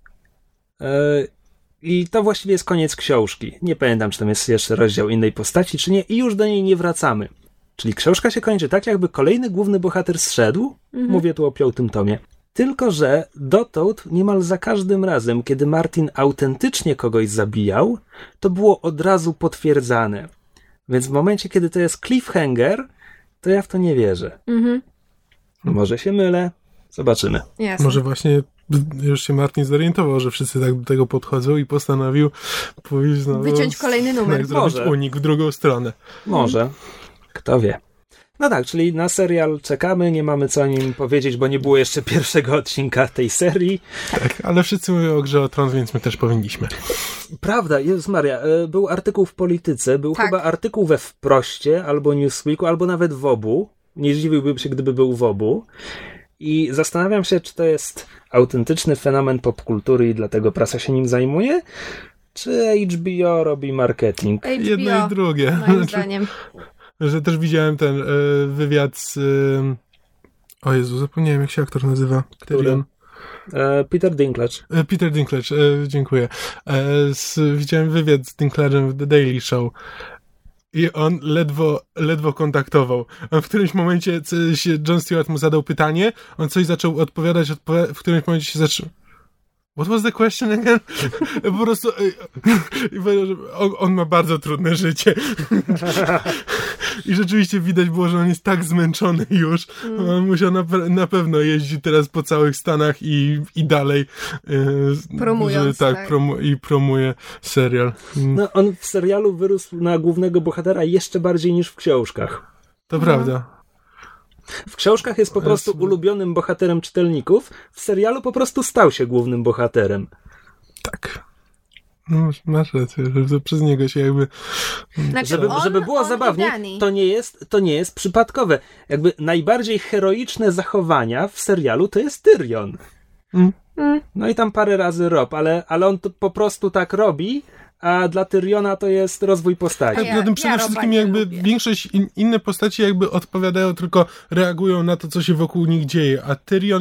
i to właściwie jest koniec książki. Nie pamiętam, czy tam jest jeszcze rozdział innej postaci, czy nie, i już do niej nie wracamy. Czyli książka się kończy tak, jakby kolejny główny bohater zszedł, mówię tu o 5. tomie, tylko że dotąd niemal za każdym razem, kiedy Martin autentycznie kogoś zabijał, to było od razu potwierdzane. Więc w momencie, kiedy to jest cliffhanger, to ja w to nie wierzę. Może się mylę, zobaczymy. Jasne. Może właśnie już się Martin zorientował, że wszyscy tak do tego podchodzą i postanowił wyciąć kolejny numer. Zrobić unik w drugą stronę. Może. Kto wie. No tak, czyli na serial czekamy, nie mamy co o nim powiedzieć, bo nie było jeszcze pierwszego odcinka tej serii. Tak, ale wszyscy mówią o Grze o Tron, więc my też powinniśmy. Prawda, Jezus Maria, był artykuł w Polityce, był chyba artykuł we Wproście, albo Newsweeku, albo nawet w obu. Nie zdziwiłbym się, gdyby był w obu. I zastanawiam się, czy to jest autentyczny fenomen popkultury i dlatego prasa się nim zajmuje, czy HBO robi marketing. Jedno i drugie. Moim zdaniem. Że też widziałem ten wywiad z... O Jezu, zapomniałem, jak się aktor nazywa. Który? Peter Dinklage. Peter Dinklage, dziękuję. Widziałem wywiad z Dinklage'em w The Daily Show. I on ledwo kontaktował. On w którymś momencie Jon Stewart mu zadał pytanie, on coś zaczął odpowiadać, w którymś momencie się zaczął... What was the question again? Po prostu on ma bardzo trudne życie. I rzeczywiście widać było, że on jest tak zmęczony już. On musiał na pewno jeździć teraz po całych Stanach i dalej. Promując, tak. Promuje serial. No, on w serialu wyrósł na głównego bohatera jeszcze bardziej niż w książkach. To prawda. W książkach jest po prostu ulubionym bohaterem czytelników, w serialu po prostu stał się głównym bohaterem. Tak. No, masz rację, że przez niego się jakby... Znaczy żeby było zabawnie, to nie jest przypadkowe. Jakby najbardziej heroiczne zachowania w serialu to jest Tyrion. No i tam parę razy Rob, ale on to po prostu tak robi, a dla Tyriona to jest rozwój postaci. Tak, przede wszystkim jakby większość inne postaci jakby odpowiadają, tylko reagują na to, co się wokół nich dzieje, a Tyrion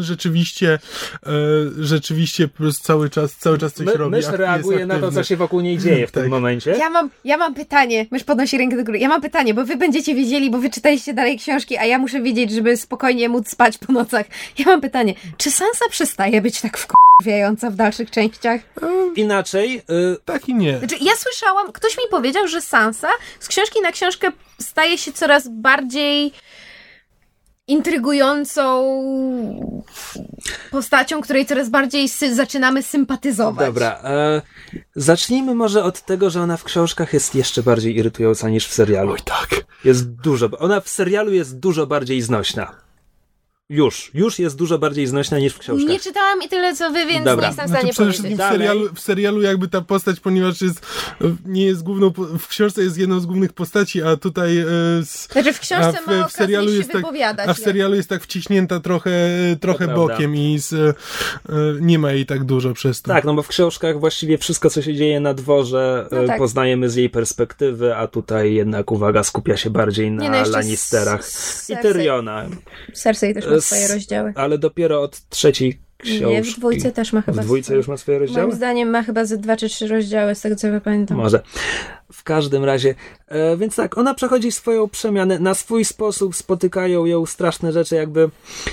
rzeczywiście po prostu cały czas coś robi. Mysz reaguje na to, co się wokół niej dzieje w tym momencie. Ja mam pytanie, mysz podnosi rękę do góry, ja mam pytanie, bo wy będziecie wiedzieli, bo wy czytaliście dalej książki, a ja muszę wiedzieć, żeby spokojnie móc spać po nocach. Ja mam pytanie, czy Sansa przestaje być tak wkurwiająca w dalszych częściach? Inaczej. Tak i nie. Znaczy, ja słyszałam, ktoś mi powiedział, że Sansa z książki na książkę staje się coraz bardziej intrygującą postacią, której coraz bardziej zaczynamy sympatyzować. Dobra, zacznijmy może od tego, że ona w książkach jest jeszcze bardziej irytująca niż w serialu. Oj tak. Ona w serialu jest dużo bardziej znośna. Już jest dużo bardziej znośna niż w książkach. Nie czytałam i tyle co wy, więc nie jestem w stanie powiedzieć. W serialu jakby ta postać, ponieważ nie jest główną, w książce jest jedną z głównych postaci, a tutaj znaczy w książce ma okazję się wypowiadać. A w serialu jest tak wciśnięta trochę bokiem i nie ma jej tak dużo przez to. Tak, no bo w książkach właściwie wszystko, co się dzieje na dworze, poznajemy z jej perspektywy, a tutaj jednak uwaga skupia się bardziej na Lannisterach i Tyriona. Cersei też ma swoje rozdziały. Ale dopiero od trzeciej książki. Nie, w dwójce też ma chyba. W dwójce już ma swoje rozdziały? Moim zdaniem ma chyba ze 2 czy 3 rozdziały, z tego co ja pamiętam. Może. W każdym razie. Więc tak, ona przechodzi swoją przemianę. Na swój sposób spotykają ją straszne rzeczy, jakby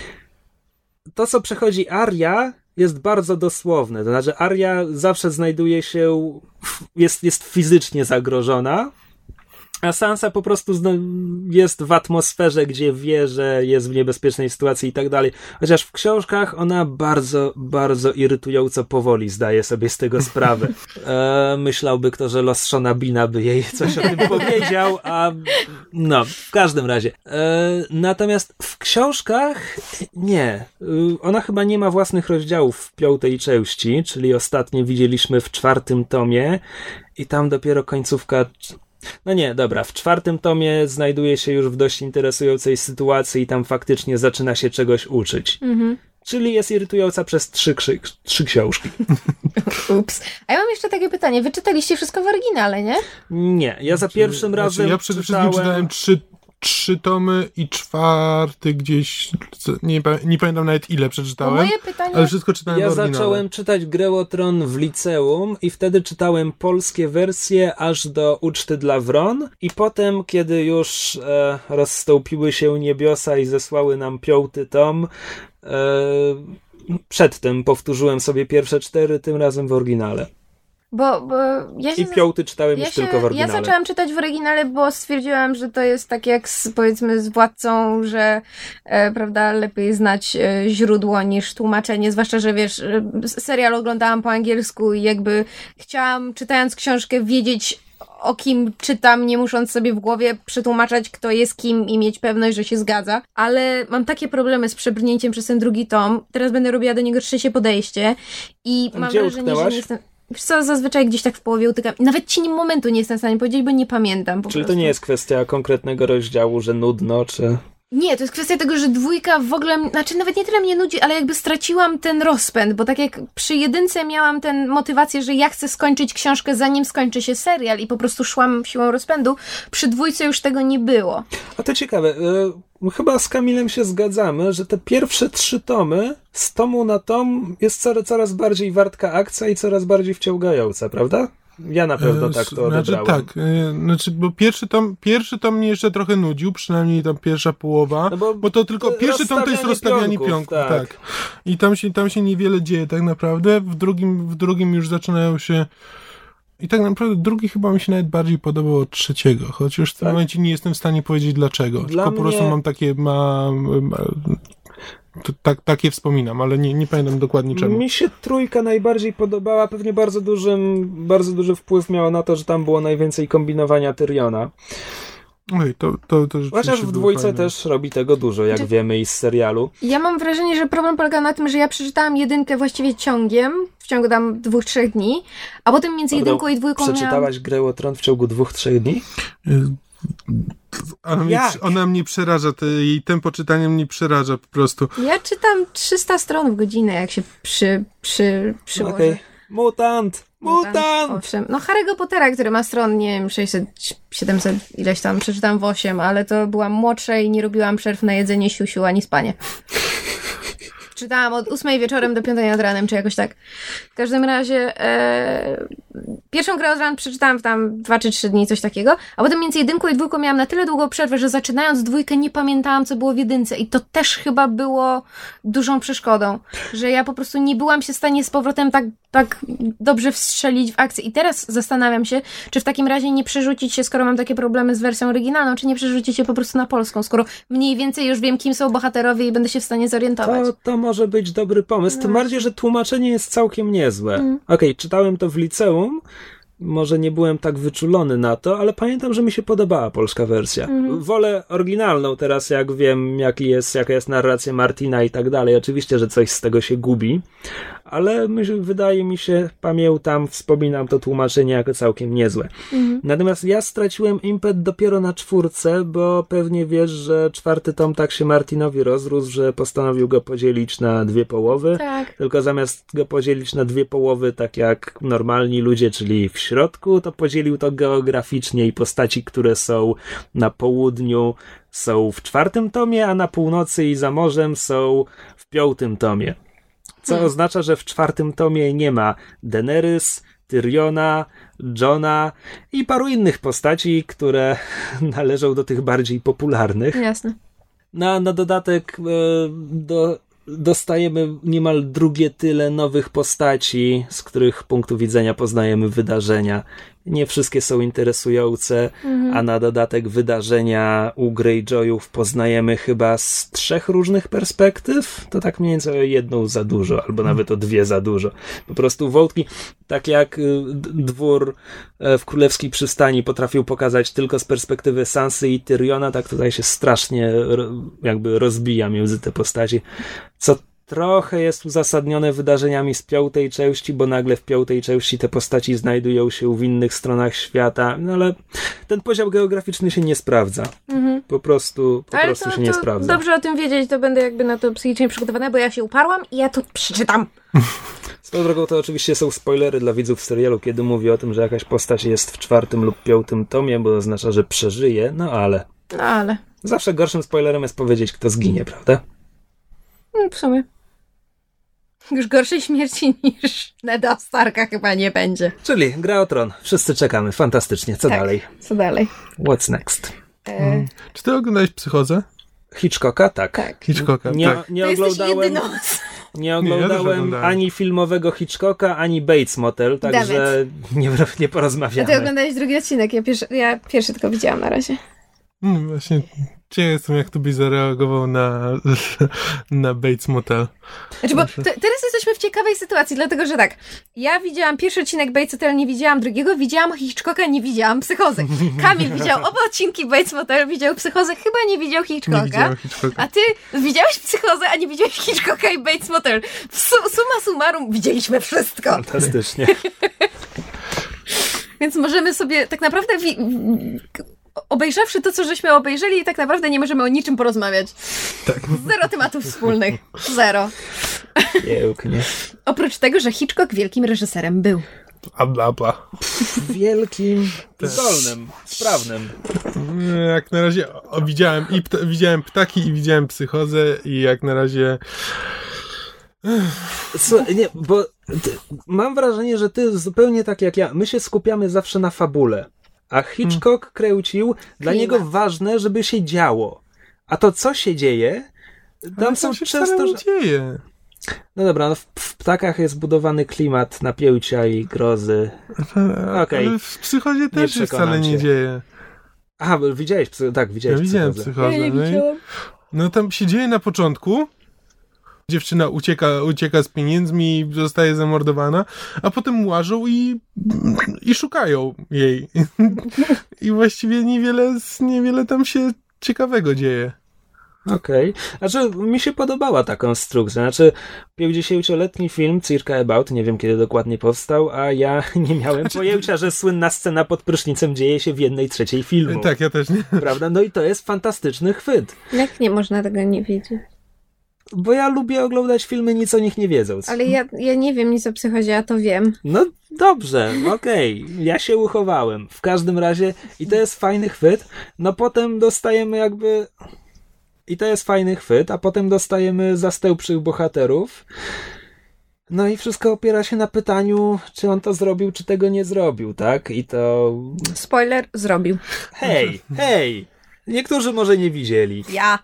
to, co przechodzi Arya, jest bardzo dosłowne. To znaczy Arya zawsze znajduje się, jest fizycznie zagrożona, a Sansa po prostu jest w atmosferze, gdzie wie, że jest w niebezpiecznej sytuacji i tak dalej. Chociaż w książkach ona bardzo, bardzo irytująco powoli zdaje sobie z tego sprawę. Myślałby kto, że los Shona Beana by jej coś o tym powiedział, a no, w każdym razie. Natomiast w książkach nie. Ona chyba nie ma własnych rozdziałów w 5. części, czyli ostatnie widzieliśmy w 4. tomie i tam dopiero końcówka... No nie, dobra, w 4. tomie znajduje się już w dość interesującej sytuacji i tam faktycznie zaczyna się czegoś uczyć. Czyli jest irytująca przez 3 książki. Ups. A ja mam jeszcze takie pytanie. Wy czytaliście wszystko w oryginale, nie? Nie, ja za pierwszym razem ja przede wszystkim czytałem 3 tomy i 4 gdzieś, nie pamiętam nawet ile przeczytałem, moje pytanie... ale wszystko czytałem w oryginale. Ja zacząłem czytać Grę o Tron w liceum i wtedy czytałem polskie wersje aż do Uczty dla Wron i potem, kiedy już rozstąpiły się niebiosa i zesłały nam 5. tom, przedtem powtórzyłem sobie pierwsze 4, tym razem w oryginale. Bo I Piąty czytałem już tylko w oryginale. Ja zaczęłam czytać w oryginale, bo stwierdziłam, że to jest tak jak powiedzmy z Władcą, że prawda, lepiej znać źródło niż tłumaczenie, zwłaszcza, że wiesz, serial oglądałam po angielsku i jakby chciałam, czytając książkę, wiedzieć, o kim czytam, nie musząc sobie w głowie przetłumaczać, kto jest kim i mieć pewność, że się zgadza. Ale mam takie problemy z przebrnięciem przez ten drugi tom. Teraz będę robiła do niego trzecie podejście i mam wrażenie, że nie jestem... Wiesz co, zazwyczaj gdzieś tak w połowie utykam. Nawet ci momentu nie jestem w stanie powiedzieć, bo nie pamiętam. Czyli to nie jest kwestia konkretnego rozdziału, że nudno, czy... Nie, to jest kwestia tego, że dwójka w ogóle, znaczy nawet nie tyle mnie nudzi, ale jakby straciłam ten rozpęd, bo tak jak przy jedynce miałam tę motywację, że ja chcę skończyć książkę zanim skończy się serial i po prostu szłam siłą rozpędu, przy dwójce już tego nie było. A to ciekawe, chyba z Kamilem się zgadzamy, że te pierwsze 3 tomy, z tomu na tom jest coraz bardziej wartka akcja i coraz bardziej wciągająca, prawda? Ja na pewno tak to odebrałem. Bo pierwszy tom mnie jeszcze trochę nudził, przynajmniej tam pierwsza połowa, no bo to tylko pierwszy tom to jest rozstawianie pionków, tak. I tam się niewiele dzieje tak naprawdę, w drugim już zaczynają się i tak naprawdę drugi chyba mi się nawet bardziej podobał od trzeciego, choć już w tym momencie nie jestem w stanie powiedzieć dlaczego, tylko po prostu mam takie takie wspominam, ale nie pamiętam dokładnie czemu. Mi się trójka najbardziej podobała, pewnie bardzo duży wpływ miała na to, że tam było najwięcej kombinowania Tyriona. Oj, to chociaż w dwójce fajne. Też robi tego dużo, jak wiemy i z serialu. Ja mam wrażenie, że problem polega na tym, że ja przeczytałam jedynkę właściwie ciągiem, w ciągu tam 2-3 dni, a potem między jedynką i dwójką Przeczytałaś Grę o Tron w ciągu 2-3 dni? Ona mnie przeraża, jej tempo czytania mnie przeraża po prostu. Ja czytam 300 stron w godzinę, jak się przyłoży. Okay. Mutant! Owszem. No Harry'ego Pottera, który ma stron, nie wiem, 600, 700, ileś tam, przeczytałam w 8, ale to byłam młodsza i nie robiłam przerw na jedzenie, siusiu, ani spanie. Czytałam od 8 wieczorem do 5 nad ranem, czy jakoś tak. W każdym razie pierwszą Grę od Tron przeczytałam w tam 2 czy 3 dni, coś takiego, a potem między jedynką i dwójką miałam na tyle długą przerwę, że zaczynając dwójkę nie pamiętałam, co było w jedynce i to też chyba było dużą przeszkodą, że ja po prostu nie byłam się w stanie z powrotem tak dobrze wstrzelić w akcję i teraz zastanawiam się, czy w takim razie nie przerzucić się, skoro mam takie problemy z wersją oryginalną, czy nie przerzucić się po prostu na polską, skoro mniej więcej już wiem, kim są bohaterowie i będę się w stanie zorientować. To może być dobry pomysł, tym bardziej, że tłumaczenie jest całkiem niezłe. Okej, czytałem to w liceum, może nie byłem tak wyczulony na to, ale pamiętam, że mi się podobała polska wersja. Wolę oryginalną teraz, jak wiem, jaka jest narracja Martina i tak dalej. Oczywiście, że coś z tego się gubi, ale wydaje mi się, pamiętam, wspominam to tłumaczenie jako całkiem niezłe. Natomiast ja straciłem impet dopiero na 4, bo pewnie wiesz, że 4 tom tak się Martinowi rozrósł, że postanowił go podzielić na 2 połowy. Tak. Tylko zamiast go podzielić na 2 połowy, tak jak normalni ludzie, czyli w środku, to podzielił to geograficznie i postaci, które są na południu, są w 4 tomie, a na północy i za morzem są w 5 tomie. Co oznacza, że w 4 tomie nie ma Daenerys, Tyriona, Jona i paru innych postaci, które należą do tych bardziej popularnych. Jasne. Na dodatek dostajemy niemal drugie tyle nowych postaci, z których punktu widzenia poznajemy wydarzenia. Nie wszystkie są interesujące, a na dodatek wydarzenia u Greyjoyów poznajemy chyba z 3 różnych perspektyw. To tak mniej więcej o 1 za dużo, albo nawet o 2 za dużo. Po prostu wątki, tak jak dwór w Królewskiej Przystani potrafił pokazać tylko z perspektywy Sansy i Tyriona, tak tutaj się strasznie jakby rozbija między te postaci. Co trochę jest uzasadnione wydarzeniami z 5 części, bo nagle w 5 części te postaci znajdują się w innych stronach świata, no ale ten podział geograficzny się nie sprawdza. Po prostu się nie sprawdza. Dobrze o tym wiedzieć, to będę jakby na to psychicznie przygotowana, bo ja się uparłam i ja to przeczytam. Swoją drogą to oczywiście są spoilery dla widzów serialu, kiedy mówię o tym, że jakaś postać jest w 4 lub 5 tomie, bo oznacza, że przeżyje, no ale... Zawsze gorszym spoilerem jest powiedzieć, kto zginie, prawda? W sumie. Już gorszej śmierci niż Neda Starka chyba nie będzie. Czyli Gra o Tron. Wszyscy czekamy. Fantastycznie. Co dalej? Co dalej? What's next? Czy ty oglądałeś Psychozę? Hitchcocka? Tak. Hitchcocka, nie oglądałem. Nie oglądałem ani filmowego Hitchcocka, ani Bates Motel, także nie porozmawiamy. A ty oglądałeś drugi odcinek, ja pierwszy tylko widziałam na razie. Właśnie ciekaw jestem, jak tu byś zareagował na Bates Motel. Znaczy, bo teraz jesteśmy w ciekawej sytuacji, dlatego, że tak, ja widziałam pierwszy odcinek Bates Motel, nie widziałam drugiego, widziałam Hitchcocka, nie widziałam Psychozy. Kamil widział oba odcinki Bates Motel, widział Psychozę, chyba nie widział Hitchcocka. A ty widziałeś Psychozę, a nie widziałeś Hitchcocka i Bates Motel. Summa summarum, widzieliśmy wszystko. Fantastycznie. Więc możemy sobie tak naprawdę obejrzawszy to, co żeśmy obejrzeli, tak naprawdę nie możemy o niczym porozmawiać. Tak. Zero tematów wspólnych. Zero. Pięknie. Oprócz tego, że Hitchcock wielkim reżyserem był. Bla, bla. Wielkim, zdolnym, sprawnym. Jak na razie widziałem Ptaki i widziałem Psychozę i jak na razie... Nie, bo mam wrażenie, że ty zupełnie tak jak ja, my się skupiamy zawsze na fabule. A Hitchcock kręcił, dla niego ważne, żeby się działo. A to, co się dzieje, tam są często... Nie dzieje. No dobra, no w Ptakach jest budowany klimat napięcia i grozy. Okay. Ale w Psychozie też się wcale nie dzieje. Aha, bo widziałeś widziałeś ja widziałem Psychozę. Ja nie widziałam. No tam się dzieje na początku. Dziewczyna ucieka z pieniędzmi, zostaje zamordowana, a potem łażą i szukają jej. I właściwie niewiele tam się ciekawego dzieje. Okej. Znaczy, mi się podobała ta konstrukcja. Znaczy, 50-letni film Circa About, nie wiem kiedy dokładnie powstał, a ja nie miałem pojęcia, że słynna scena pod prysznicem dzieje się w 1/3 filmu. Tak, ja też nie. Prawda? No i to jest fantastyczny chwyt. Jak nie można tego nie wiedzieć? Bo ja lubię oglądać filmy nic o nich nie wiedząc. Ale ja nie wiem nic o Psychozie, a to wiem. No dobrze, okej. Ja się uchowałem. W każdym razie i to jest fajny chwyt. No potem dostajemy jakby... I to jest fajny chwyt, a potem dostajemy zastępczych bohaterów. No i wszystko opiera się na pytaniu, czy on to zrobił, czy tego nie zrobił, tak? I to... Spoiler, zrobił. Hej! Niektórzy może nie widzieli. Ja.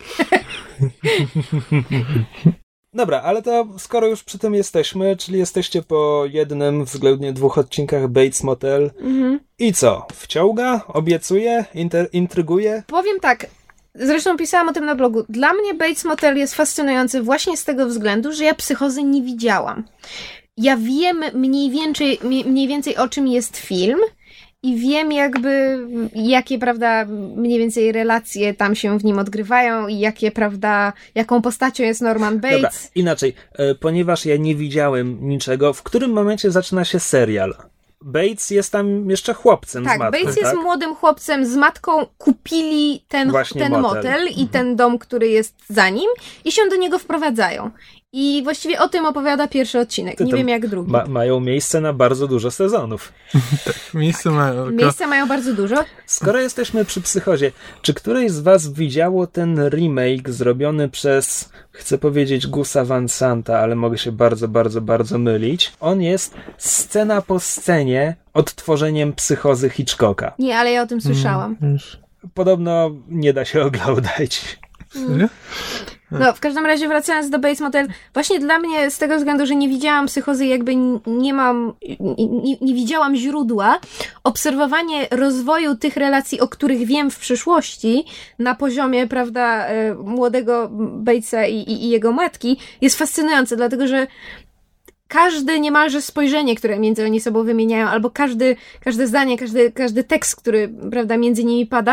Dobra, ale to skoro już przy tym jesteśmy, czyli jesteście po jednym, względnie 2 odcinkach Bates Motel. I co? Wciąga? Obiecuje? Intryguje? Powiem tak, zresztą pisałam o tym na blogu. Dla mnie Bates Motel jest fascynujący właśnie z tego względu, że ja Psychozy nie widziałam. Ja wiem mniej więcej o czym jest film i wiem jakby jakie, prawda, mniej więcej relacje tam się w nim odgrywają i jaką postacią jest Norman Bates. Dobra, inaczej, ponieważ ja nie widziałem niczego, w którym momencie zaczyna się serial? Bates jest tam jeszcze chłopcem tak, z matką, Bates jest młodym chłopcem z matką, kupili ten motel i ten dom, który jest za nim i się do niego wprowadzają. I właściwie o tym opowiada pierwszy odcinek. Nie wiem jak drugi. Mają miejsce na bardzo dużo sezonów. Tak, miejsce mają bardzo dużo. Skoro jesteśmy przy Psychozie, czy któreś z was widziało ten remake zrobiony przez, chcę powiedzieć Gusa Van Santa, ale mogę się bardzo, bardzo, bardzo mylić. On jest scena po scenie odtworzeniem Psychozy Hitchcocka. Nie, ale ja o tym słyszałam. Podobno nie da się oglądać. Serio? No, w każdym razie wracając do Bates Motel, właśnie dla mnie z tego względu, że nie widziałam Psychozy, jakby nie widziałam źródła, obserwowanie rozwoju tych relacji, o których wiem w przyszłości, na poziomie, prawda, młodego Batesa i jego matki, jest fascynujące, dlatego że każde niemalże spojrzenie, które między oni sobą wymieniają, albo każde zdanie, każdy tekst, który, prawda, między nimi pada,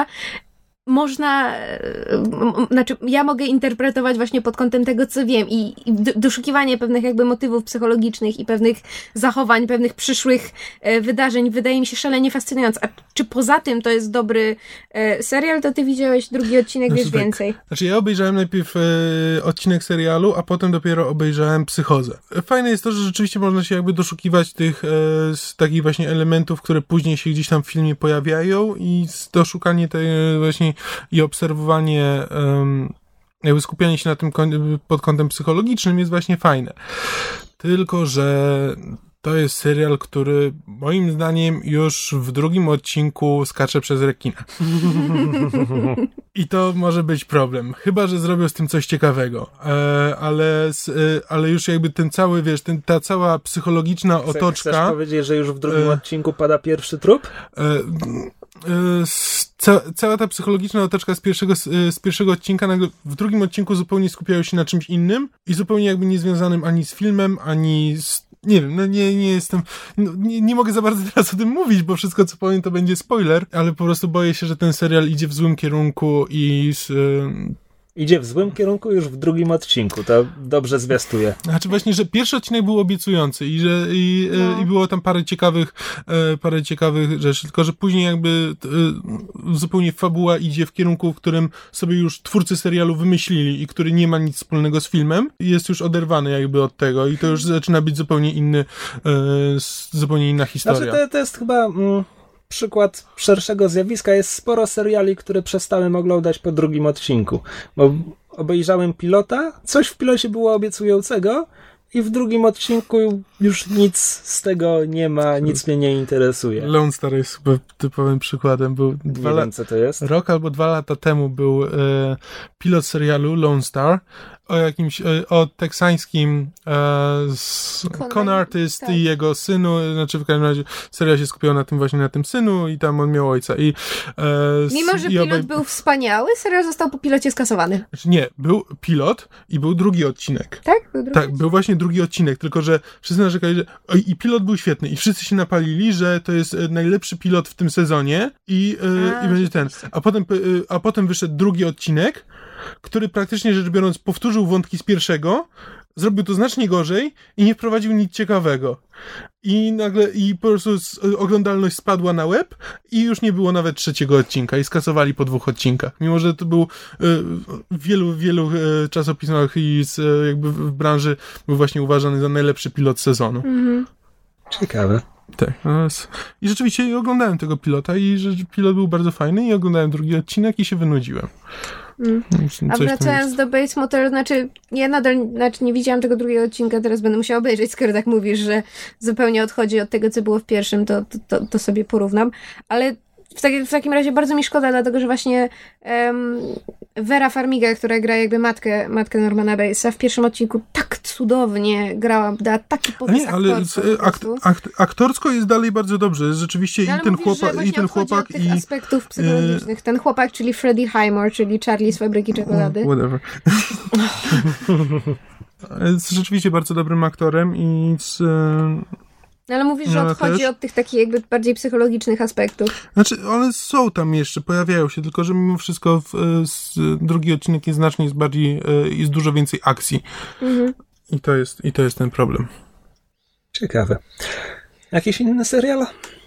ja mogę interpretować właśnie pod kątem tego, co wiem i doszukiwanie pewnych jakby motywów psychologicznych i pewnych zachowań, pewnych przyszłych wydarzeń wydaje mi się szalenie fascynujące. A czy poza tym to jest dobry serial, to ty widziałeś drugi odcinek, wiesz więcej. Znaczy ja obejrzałem najpierw odcinek serialu, a potem dopiero obejrzałem Psychozę. Fajne jest to, że rzeczywiście można się jakby doszukiwać tych takich właśnie elementów, które później się gdzieś tam w filmie pojawiają i doszukanie tej właśnie i obserwowanie, jakby skupianie się na tym pod kątem psychologicznym jest właśnie fajne. Tylko że to jest serial, który moim zdaniem już w drugim odcinku skacze przez rekina. I to może być problem. Chyba że zrobią z tym coś ciekawego. Ale już jakby ten cały, wiesz, ta cała psychologiczna otoczka... Chcesz powiedzieć, że już w drugim odcinku pada pierwszy trup? Cała ta psychologiczna otoczka z pierwszego odcinka nagle w drugim odcinku zupełnie skupiają się na czymś innym i zupełnie jakby niezwiązanym ani z filmem, ani z... Nie wiem, nie jestem... Nie mogę za bardzo teraz o tym mówić, bo wszystko, co powiem, to będzie spoiler, ale po prostu boję się, że ten serial idzie w złym kierunku i... Idzie w złym kierunku już w drugim odcinku, to dobrze zwiastuje. Znaczy właśnie, że pierwszy odcinek był obiecujący i było tam parę ciekawych rzeczy, tylko że później jakby zupełnie fabuła idzie w kierunku, w którym sobie już twórcy serialu wymyślili i który nie ma nic wspólnego z filmem, jest już oderwany jakby od tego i to już zaczyna być zupełnie inna historia. Znaczy to jest chyba... przykład szerszego zjawiska. Jest sporo seriali, które przestałem oglądać po drugim odcinku, bo obejrzałem pilota, coś w pilocie było obiecującego i w drugim odcinku już nic z tego nie ma, nic mnie nie interesuje. Lone Star jest chyba typowym przykładem. Był nie wiem, co to jest. Rok albo 2 lata temu był pilot serialu Lone Star o teksańskim con artist tak. I jego synu, znaczy w każdym razie serial się skupiał na tym synu i tam on miał ojca. Mimo, że pilot był wspaniały, serial został po pilocie skasowany. Znaczy nie, był pilot i był drugi odcinek. Tak? Był właśnie drugi odcinek, tylko że wszyscy narzekali, że i pilot był świetny i wszyscy się napalili, że to jest najlepszy pilot w tym sezonie i będzie ten. A potem wyszedł drugi odcinek, który praktycznie rzecz biorąc powtórzył wątki z pierwszego, zrobił to znacznie gorzej i nie wprowadził nic ciekawego. I po prostu oglądalność spadła na łeb i już nie było nawet trzeciego odcinka i skasowali po 2 odcinkach. Mimo, że to był w wielu czasopismach i jakby w branży był właśnie uważany za najlepszy pilot sezonu. Mhm. Ciekawe. Tak. I rzeczywiście oglądałem tego pilota i że pilot był bardzo fajny i oglądałem drugi odcinek i się wynudziłem. A wracając do Bates Motel, ja nadal nie widziałam tego drugiego odcinka, teraz będę musiała obejrzeć, skoro tak mówisz, że zupełnie odchodzi od tego, co było w pierwszym, to sobie porównam, ale w takim razie bardzo mi szkoda, dlatego że właśnie Vera Farmiga, która gra jakby matkę Normana Batesa, w pierwszym odcinku tak cudownie grała, dała taki popis aktorsko jest dalej bardzo dobrze. Jest rzeczywiście i ten chłopak od tych aspektów psychologicznych. Ten chłopak, czyli Freddie Highmore, czyli Charlie z Fabryki Czekolady. Whatever. Jest rzeczywiście bardzo dobrym aktorem i ale mówisz, że odchodzi od tych takich jakby bardziej psychologicznych aspektów. Znaczy, one są tam jeszcze, pojawiają się, tylko że mimo wszystko drugi odcinek jest znacznie bardziej, jest dużo więcej akcji. Mhm. I to jest ten problem. Ciekawe. Jakiś inny serial?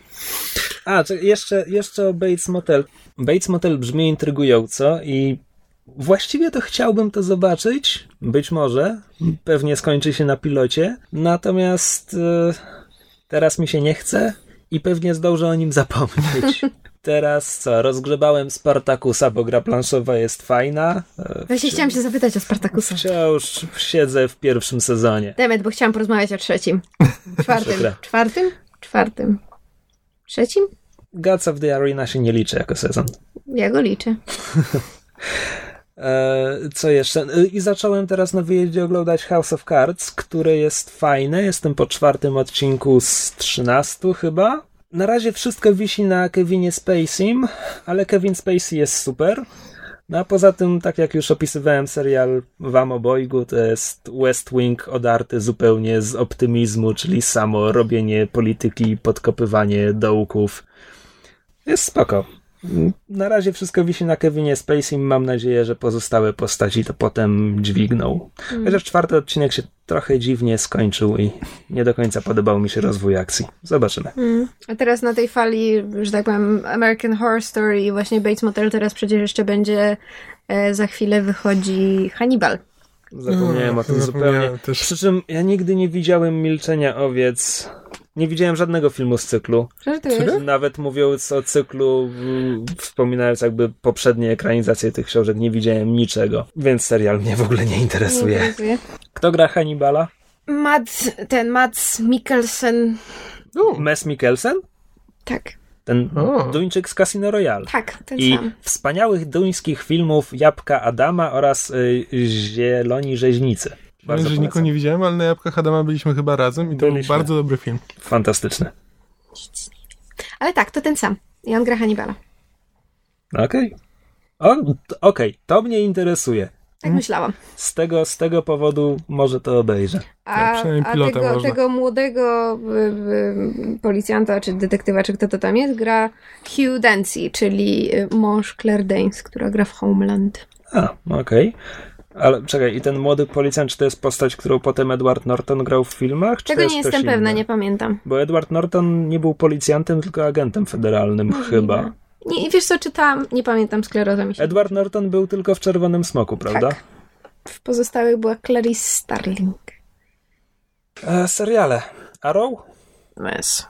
Jeszcze o Bates Motel. Bates Motel brzmi intrygująco i właściwie to chciałbym to zobaczyć. Być może. Pewnie skończy się na pilocie. Natomiast teraz mi się nie chce i pewnie zdążę o nim zapomnieć. Teraz co? Rozgrzebałem Spartakusa, bo gra planszowa jest fajna. Właśnie chciałam się zapytać o Spartakusa. Wciąż siedzę w pierwszym sezonie. Demet, bo chciałam porozmawiać o trzecim. Czwartym. Trzecim? Gods of the Arena się nie liczy jako sezon. Ja go liczę. Co jeszcze? I zacząłem teraz na wyjeździe oglądać House of Cards, które jest fajne. Jestem po 4. odcinku z 13 chyba. Na razie wszystko wisi na Kevinie Spaceym, ale Kevin Spacey jest super. No a poza tym, tak jak już opisywałem serial wam obojgu, to jest West Wing odarty zupełnie z optymizmu, czyli samo robienie polityki, podkopywanie dołków. Jest spoko. Na razie wszystko wisi na Kevinie Spacey. Mam nadzieję, że pozostałe postaci to potem dźwigną. Chociaż 4. odcinek się trochę dziwnie skończył i nie do końca podobał mi się rozwój akcji. Zobaczymy. A teraz na tej fali, że tak powiem, American Horror Story i właśnie Bates Motel teraz przecież jeszcze będzie, za chwilę wychodzi Hannibal. Zapomniałem o tym zupełnie. Przy czym ja nigdy nie widziałem Milczenia owiec. Nie widziałem żadnego filmu z cyklu. Nawet mówiąc o cyklu, wspominając jakby poprzednie ekranizacje tych książek, nie widziałem niczego. Więc serial mnie w ogóle nie interesuje. Kto gra Hannibala? Mads Mikkelsen. Mads Mikkelsen? Tak. Ten Duńczyk z Casino Royale. Tak, ten I sam. wspaniałych duńskich filmów Jabłka Adama oraz Zieloni Rzeźnicy. Bardzo Rzeźników nie widziałem, ale na Jabłkach Adama byliśmy chyba razem i to był bardzo dobry film. Fantastyczny. Ale tak, to ten sam. I on gra Hannibala. Okej, to mnie interesuje. Tak myślałam. Z tego powodu może to obejrzę. A tego młodego policjanta, czy detektywa, czy kto to tam jest, gra Hugh Dancy, czyli mąż Claire Danes, która gra w Homeland. Okej. Ale czekaj, i ten młody policjant, czy to jest postać, którą potem Edward Norton grał w filmach? Tego nie jestem pewna, nie pamiętam. Bo Edward Norton nie był policjantem, tylko agentem federalnym chyba. Nie, wiesz co, czytałam, nie pamiętam, skleroza mi się. Edward Norton był tylko w Czerwonym Smoku, prawda? Tak. W pozostałych była Clarice Starling. Seriale. Arrow? Mes.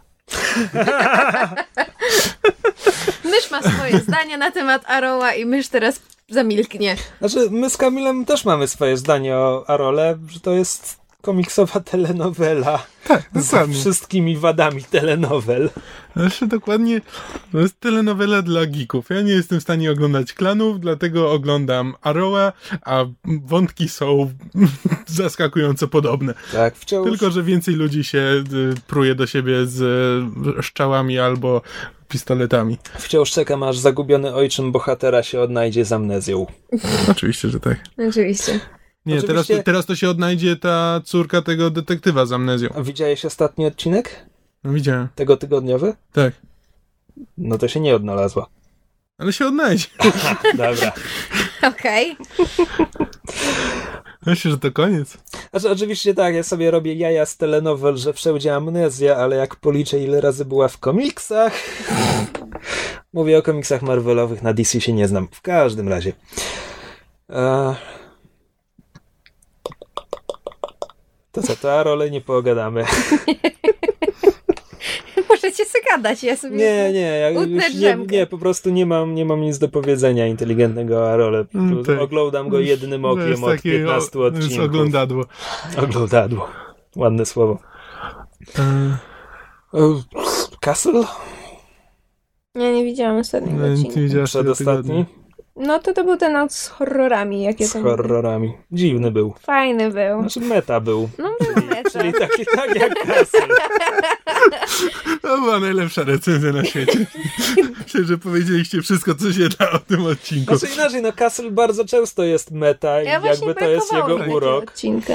Mysz ma swoje zdanie na temat Arrowa i mysz teraz zamilknie. Znaczy, my z Kamilem też mamy swoje zdanie o Arrole, że to jest komiksowa telenowela. Tak, dokładnie. Z wszystkimi wadami telenowel. Znaczy dokładnie, to jest telenowela dla geeków. Ja nie jestem w stanie oglądać Klanów, dlatego oglądam Arrowa, a wątki są zaskakująco podobne. Tak, wciąż. Tylko, że więcej ludzi się pruje do siebie z szczałami albo pistoletami. Wciąż czekam, aż zagubiony ojczym bohatera się odnajdzie z amnezją. Oczywiście, że tak. Oczywiście. Nie, oczywiście... teraz to się odnajdzie ta córka tego detektywa z amnezją. A widziałeś ostatni odcinek? No widziałem. Tego tygodniowy? Tak. No to się nie odnalazła. Ale się odnajdzie. Dobra. Okej. Myślę, że to koniec. Znaczy, oczywiście tak, ja sobie robię jaja z telenowel, że wszędzie amnezja, ale jak policzę, ile razy była w komiksach... Mówię o komiksach Marvelowych, na DC się nie znam. W każdym razie. To co, to Arrole nie pogadamy. Możecie sobie gadać, ja sobie nie, po prostu nie mam nic do powiedzenia inteligentnego o Arrole. Tak. Oglądam go jednym okiem od 15 odcinków. To jest oglądadło. Oglądadło. Ładne słowo. Castle? Ja nie widziałam ostatniego odcinka. Przedostatni? No to był ten z horrorami. Z horrorami. Dziwny był. Fajny był. Znaczy meta był. No był meta. Czyli taki tak jak Castle. To była najlepsza recenzja na świecie. Myślę, że powiedzieliście wszystko, co się da o tym odcinku. Znaczy inaczej, no Castle bardzo często jest meta i jakby to jest jego urok.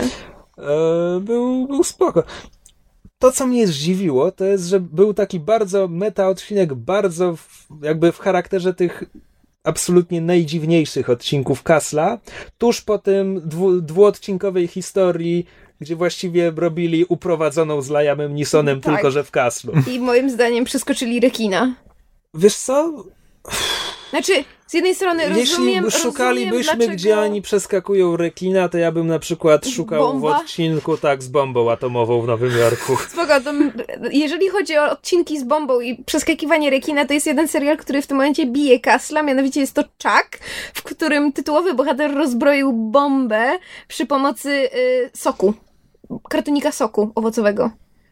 Był spoko. To, co mnie zdziwiło, to jest, że był taki bardzo meta odcinek, bardzo jakby w charakterze tych absolutnie najdziwniejszych odcinków Castle'a, tuż po tym dwuodcinkowej historii, gdzie właściwie robili uprowadzoną z Liamem Neesonem, tak. Tylko że w Castle'u. I moim zdaniem przeskoczyli rekina. Wiesz co? Znaczy, z jednej strony jeśli szukalibyśmy, gdzie oni przeskakują rekina, to ja bym na przykład szukał w odcinku z bombą atomową w Nowym Jorku. Spoko, to jeżeli chodzi o odcinki z bombą i przeskakiwanie rekina, to jest jeden serial, który w tym momencie bije Castle'a, mianowicie jest to Chuck, w którym tytułowy bohater rozbroił bombę przy pomocy soku. Kartonika soku owocowego.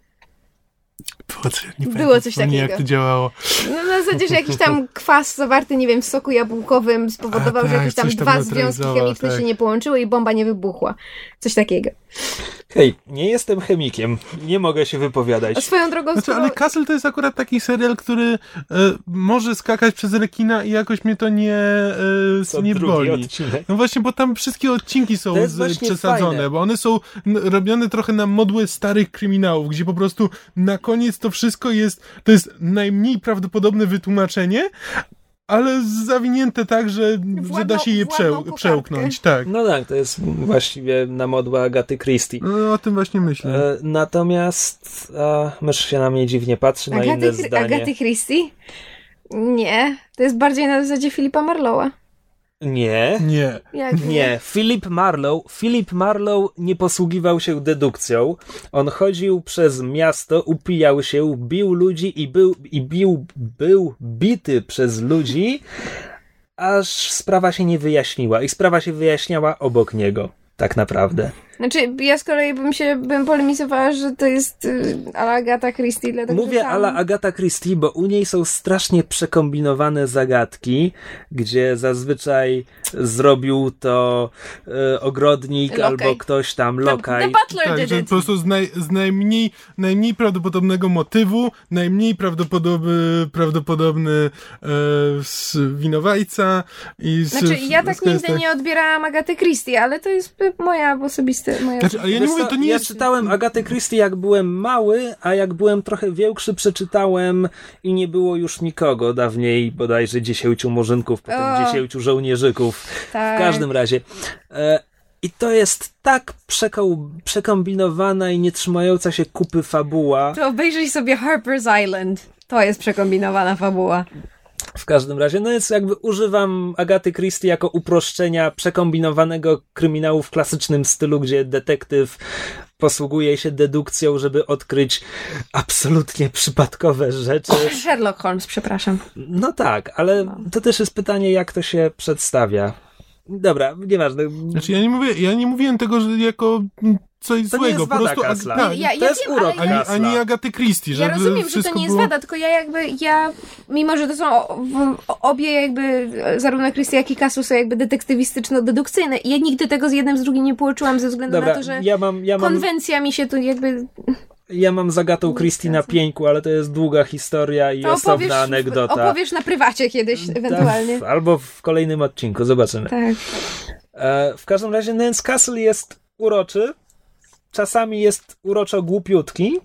Było coś takiego. Jak to działało. No na zasadzie, że jakiś tam kwas zawarty, nie wiem, w soku jabłkowym spowodował, że jakieś tam dwa związki chemiczne się nie połączyły i bomba nie wybuchła. Coś takiego. Hej, nie jestem chemikiem. Nie mogę się wypowiadać. A swoją drogą... Ale Castle to jest akurat taki serial, który może skakać przez rekina i jakoś mnie to nie boli. Odcinek. No właśnie, bo tam wszystkie odcinki są przesadzone, fajne. Bo one są robione trochę na modłę starych kryminałów, gdzie po prostu na koniec to wszystko to jest najmniej prawdopodobne wytłumaczenie, ale zawinięte tak, że da się je przełknąć. Tak. No tak, to jest właściwie na modłę Agaty Christie. No, o tym właśnie myślę. Natomiast mysz się na mnie dziwnie patrzy na inne zdanie. Agaty Christie? Nie, to jest bardziej na zasadzie Philippa Marlowe'a. Nie. Nie. Philip Marlowe nie posługiwał się dedukcją. On chodził przez miasto, upijał się, bił ludzi był bity przez ludzi, aż sprawa się nie wyjaśniła. I sprawa się wyjaśniała obok niego. Tak naprawdę. Znaczy, ja z kolei bym polemizowała, że to jest ala Agatha Christie. Mówię ala Agatha Christie, bo u niej są strasznie przekombinowane zagadki, gdzie zazwyczaj zrobił to ogrodnik albo ktoś tam, lokaj. The Butler did it. Po prostu z najmniej prawdopodobnego motywu, najmniej prawdopodobny winowajca. Znaczy, ja tak nigdy nie odbierałam Agaty Christie, ale to jest moja osobista... Znaczy, ale ja nie mówię, to nie jest... czytałem Agatę Christie jak byłem mały, a jak byłem trochę większy, przeczytałem i nie było już nikogo. Dawniej bodajże 10 murzynków, potem 10 żołnierzyków. Tak. W każdym razie. I to jest tak przekombinowana i nie trzymająca się kupy fabuła. To obejrzyj sobie Harper's Island. To jest przekombinowana fabuła. W każdym razie, no jest jakby używam Agaty Christie jako uproszczenia przekombinowanego kryminału w klasycznym stylu, gdzie detektyw posługuje się dedukcją, żeby odkryć absolutnie przypadkowe rzeczy. Sherlock Holmes, przepraszam. No tak, ale to też jest pytanie, jak to się przedstawia. Dobra, nieważne. Znaczy, ja nie mówiłem tego, że jako coś to złego. Nie jest wada po prostu Kassla. To jest urok Kassla. Ani Agaty Christie. Ja rozumiem, że to nie jest wada, tylko mimo że to są obie jakby, zarówno Christie, jak i Kassel są jakby detektywistyczno-dedukcyjne, ja nigdy tego z jednym, z drugim nie połączyłam ze względu na to, że konwencja mi się tu jakby... Ja mam z Agatą Christie na pieńku, ale to jest długa historia i osobna anegdota. Opowiesz na prywacie kiedyś ewentualnie. Albo w kolejnym odcinku, zobaczymy. Tak. W każdym razie Nance Castle jest uroczy, czasami jest uroczo głupiutki,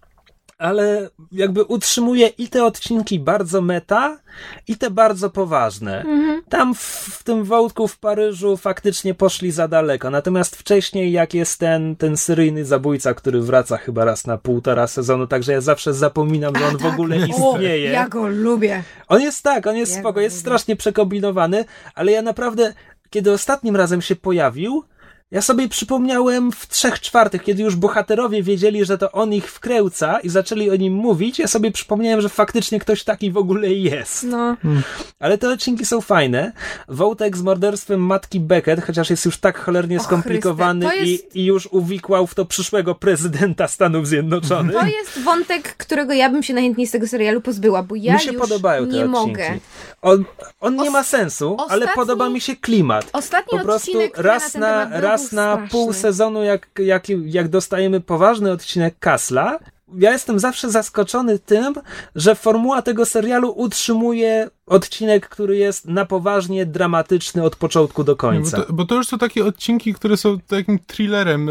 ale jakby utrzymuje i te odcinki bardzo meta, i te bardzo poważne. Tam w tym wątku w Paryżu faktycznie poszli za daleko. Natomiast wcześniej, jak jest ten seryjny zabójca, który wraca chyba raz na 1,5 sezonu, także ja zawsze zapominam, że on w ogóle istnieje. Ja go lubię. On jest spoko, jest strasznie przekombinowany, ale ja naprawdę, kiedy ostatnim razem się pojawił, ja sobie przypomniałem w 3/4, kiedy już bohaterowie wiedzieli, że to on ich wkręca i zaczęli o nim mówić, ja sobie przypomniałem, że faktycznie ktoś taki w ogóle jest. No. Ale te odcinki są fajne. Wątek z morderstwem matki Beckett, chociaż jest już tak cholernie skomplikowany i już uwikłał w to przyszłego prezydenta Stanów Zjednoczonych. To jest wątek, którego ja bym się najchętniej z tego serialu pozbyła, bo ja mi się już podobają te nie odcinki. Mogę. On nie ma sensu, ale podoba mi się klimat. Ostatni po prostu odcinek, raz na pół sezonu, jak dostajemy poważny odcinek Kassla, ja jestem zawsze zaskoczony tym, że formuła tego serialu utrzymuje odcinek, który jest na poważnie dramatyczny od początku do końca. Bo to już są takie odcinki, które są takim thrillerem.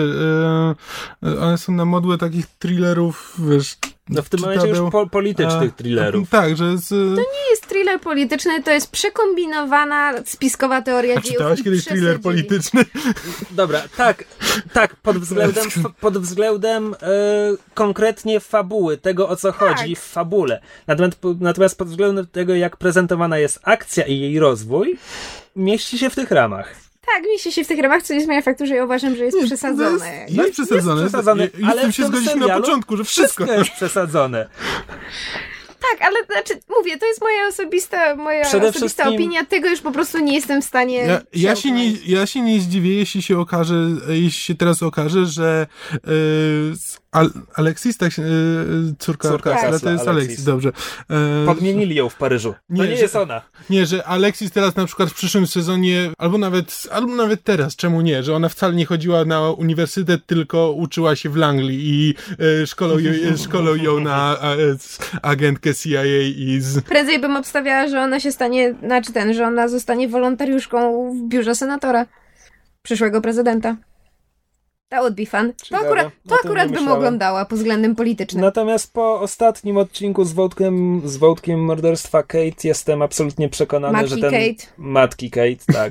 One są na modłę takich thrillerów, wiesz... No w tym momencie już politycznych thrillerów. Tak, że To nie jest thriller polityczny, to jest przekombinowana, spiskowa teoria dziejów. A czytałaś kiedyś thriller polityczny? Dobra, tak, pod względem konkretnie fabuły, tego o co chodzi w fabule. Natomiast pod względem tego, jak prezentowana jest akcja i jej rozwój, mieści się w tych ramach. Tak, mieści się w tych ramach, co nie zmienia faktu, że ja uważam, że jest przesadzone. Jest przesadzone, ale tym się zgodziliśmy na początku, że wszystko jest przesadzone. Tak, ale znaczy, mówię, to jest moja osobista opinia, tego już po prostu nie jestem w stanie ja się nie zdziwię, jeśli się teraz okaże, że Alexis, tak, córka Kassla, to jest Alexis, dobrze. Podmienili ją w Paryżu. To nie jest ona. Nie, że Alexis teraz na przykład w przyszłym sezonie, albo nawet teraz, czemu nie, że ona wcale nie chodziła na uniwersytet, tylko uczyła się w Langley i szkolą ją na agentkę CIA i Prędzej bym obstawiała, że ona się stanie, że ona zostanie wolontariuszką w biurze senatora przyszłego prezydenta. That would be fun. To akurat bym oglądała pod względem politycznym. Natomiast po ostatnim odcinku z wątkiem morderstwa Kate jestem absolutnie przekonany, że Matki Kate, tak.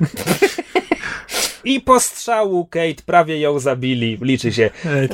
I po strzału Kate prawie ją zabili. Liczy się.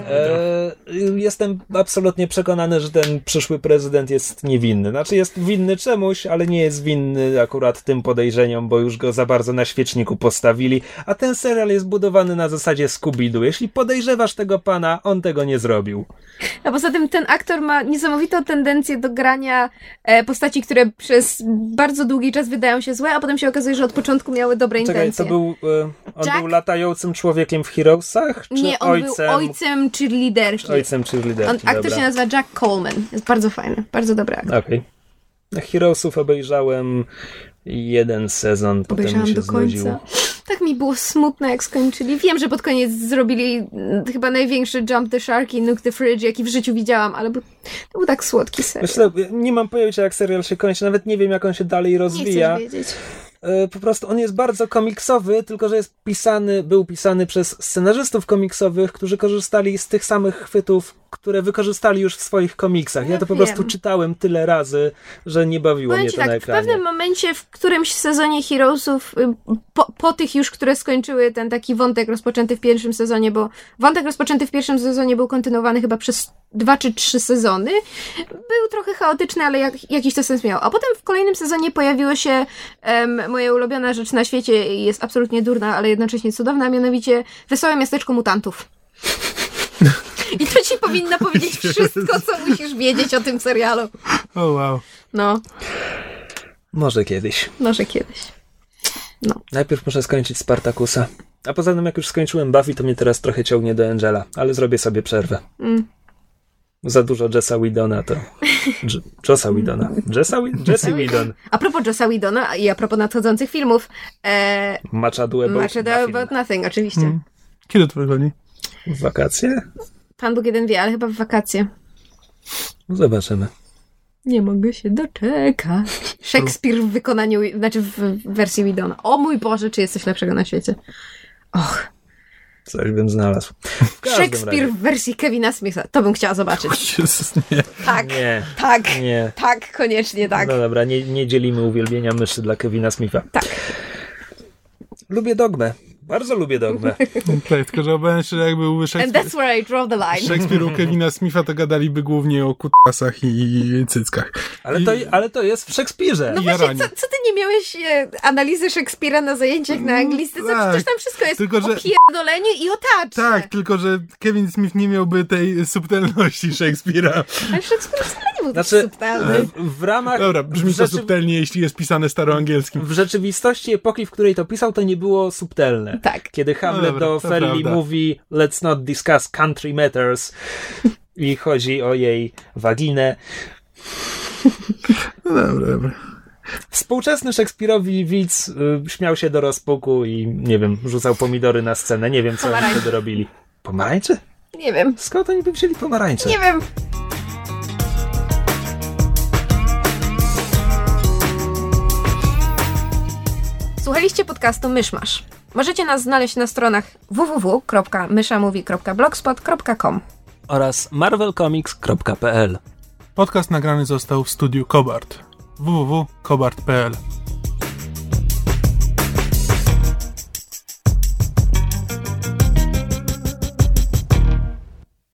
Jestem absolutnie przekonany, że ten przyszły prezydent jest niewinny. Znaczy jest winny czemuś, ale nie jest winny akurat tym podejrzeniom, bo już go za bardzo na świeczniku postawili. A ten serial jest budowany na zasadzie Scooby-Doo. Jeśli podejrzewasz tego pana, on tego nie zrobił. A poza tym ten aktor ma niesamowitą tendencję do grania postaci, które przez bardzo długi czas wydają się złe, a potem się okazuje, że od początku miały dobre intencje. To był... był latającym człowiekiem w Heroesach? Czy nie, on był ojcem cheerleaderki. Aktor się nazywa Jack Coleman. Jest bardzo fajny, bardzo dobry aktor. Okej. Heroesów obejrzałem jeden sezon, potem mi się znudził. Tak mi było smutno, jak skończyli. Wiem, że pod koniec zrobili chyba największy Jump the Shark i Nuke the Fridge, jaki w życiu widziałam, ale to był tak słodki serial. Myślę, nie mam pojęcia, jak serial się kończy, nawet nie wiem, jak on się dalej rozwija. Nie chcesz wiedzieć. Po prostu on jest bardzo komiksowy, tylko że był pisany przez scenarzystów komiksowych, którzy korzystali z tych samych chwytów, które wykorzystali już w swoich komiksach. Ja to po prostu czytałem tyle razy, że nie bawiło mnie to na ekranie. W pewnym momencie, w którymś sezonie Heroesów, po tych już, które skończyły ten taki wątek rozpoczęty w pierwszym sezonie, bo wątek rozpoczęty w pierwszym sezonie był kontynuowany chyba przez 2 czy 3 sezony. Był trochę chaotyczny, ale jakiś to sens miał. A potem w kolejnym sezonie pojawiła się moja ulubiona rzecz na świecie i jest absolutnie durna, ale jednocześnie cudowna, a mianowicie Wesołe Miasteczko Mutantów. I to ci powinno powiedzieć wszystko, co musisz wiedzieć o tym serialu. Wow. No. Może kiedyś. No. Najpierw muszę skończyć Spartakusa. A poza tym, jak już skończyłem Buffy, to mnie teraz trochę ciągnie do Angela, ale zrobię sobie przerwę. Za dużo Jessa Whedona to... Jesse Whedon. A propos Jessa Whedona i a propos nadchodzących filmów... Much Ado About Nothing, oczywiście. Kiedy to wychodzi? W wakacje? Pan Bóg jeden wie, ale chyba w wakacje. Zobaczymy. Nie mogę się doczekać. Szekspir w wykonaniu, w wersji Whedona. O mój Boże, czy jest coś lepszego na świecie? Och. Coś bym znalazł. Szekspir w wersji Kevina Smitha. To bym chciała zobaczyć. Jezus, nie. Tak, nie. Tak, nie. Tak, koniecznie tak. No dobra, nie dzielimy uwielbienia myszy dla Kevina Smitha. Tak. Lubię Dogmę. Bardzo lubię Dogmę. Tak, tylko że obawiam się, że jakby był And that's where I draw the line. Szekspir u Kevina Smitha, to gadaliby głównie o kutasach i cyckach. Ale to jest w Szekspirze. No właśnie, co ty nie miałeś analizy Szekspira na zajęciach na anglistyce? Tak, przecież tam wszystko jest tylko, o pierdoleniu i o tacie. Tak, tylko że Kevin Smith nie miałby tej subtelności Szekspira. Ale Szekspir wcale nie był subtelny. W ramach... Dobra, brzmi to subtelnie, jeśli jest pisane staroangielskim. W rzeczywistości epoki, w której to pisał, to nie było subtelne. Tak. Kiedy Hamlet do Ophelii mówi let's not discuss country matters i chodzi o jej waginę. No dobra. Współczesny Szekspirowi widz śmiał się do rozpuku i nie wiem, rzucał pomidory na scenę. Nie wiem, co oni wtedy robili. Pomarańcze? Nie wiem. Skąd oni by wzięli pomarańcze? Nie wiem. Słuchaliście podcastu Myszmasz. Możecie nas znaleźć na stronach www.myszamovie.blogspot.com oraz marvelcomics.pl. Podcast nagrany został w studiu Kobart. www.kobart.pl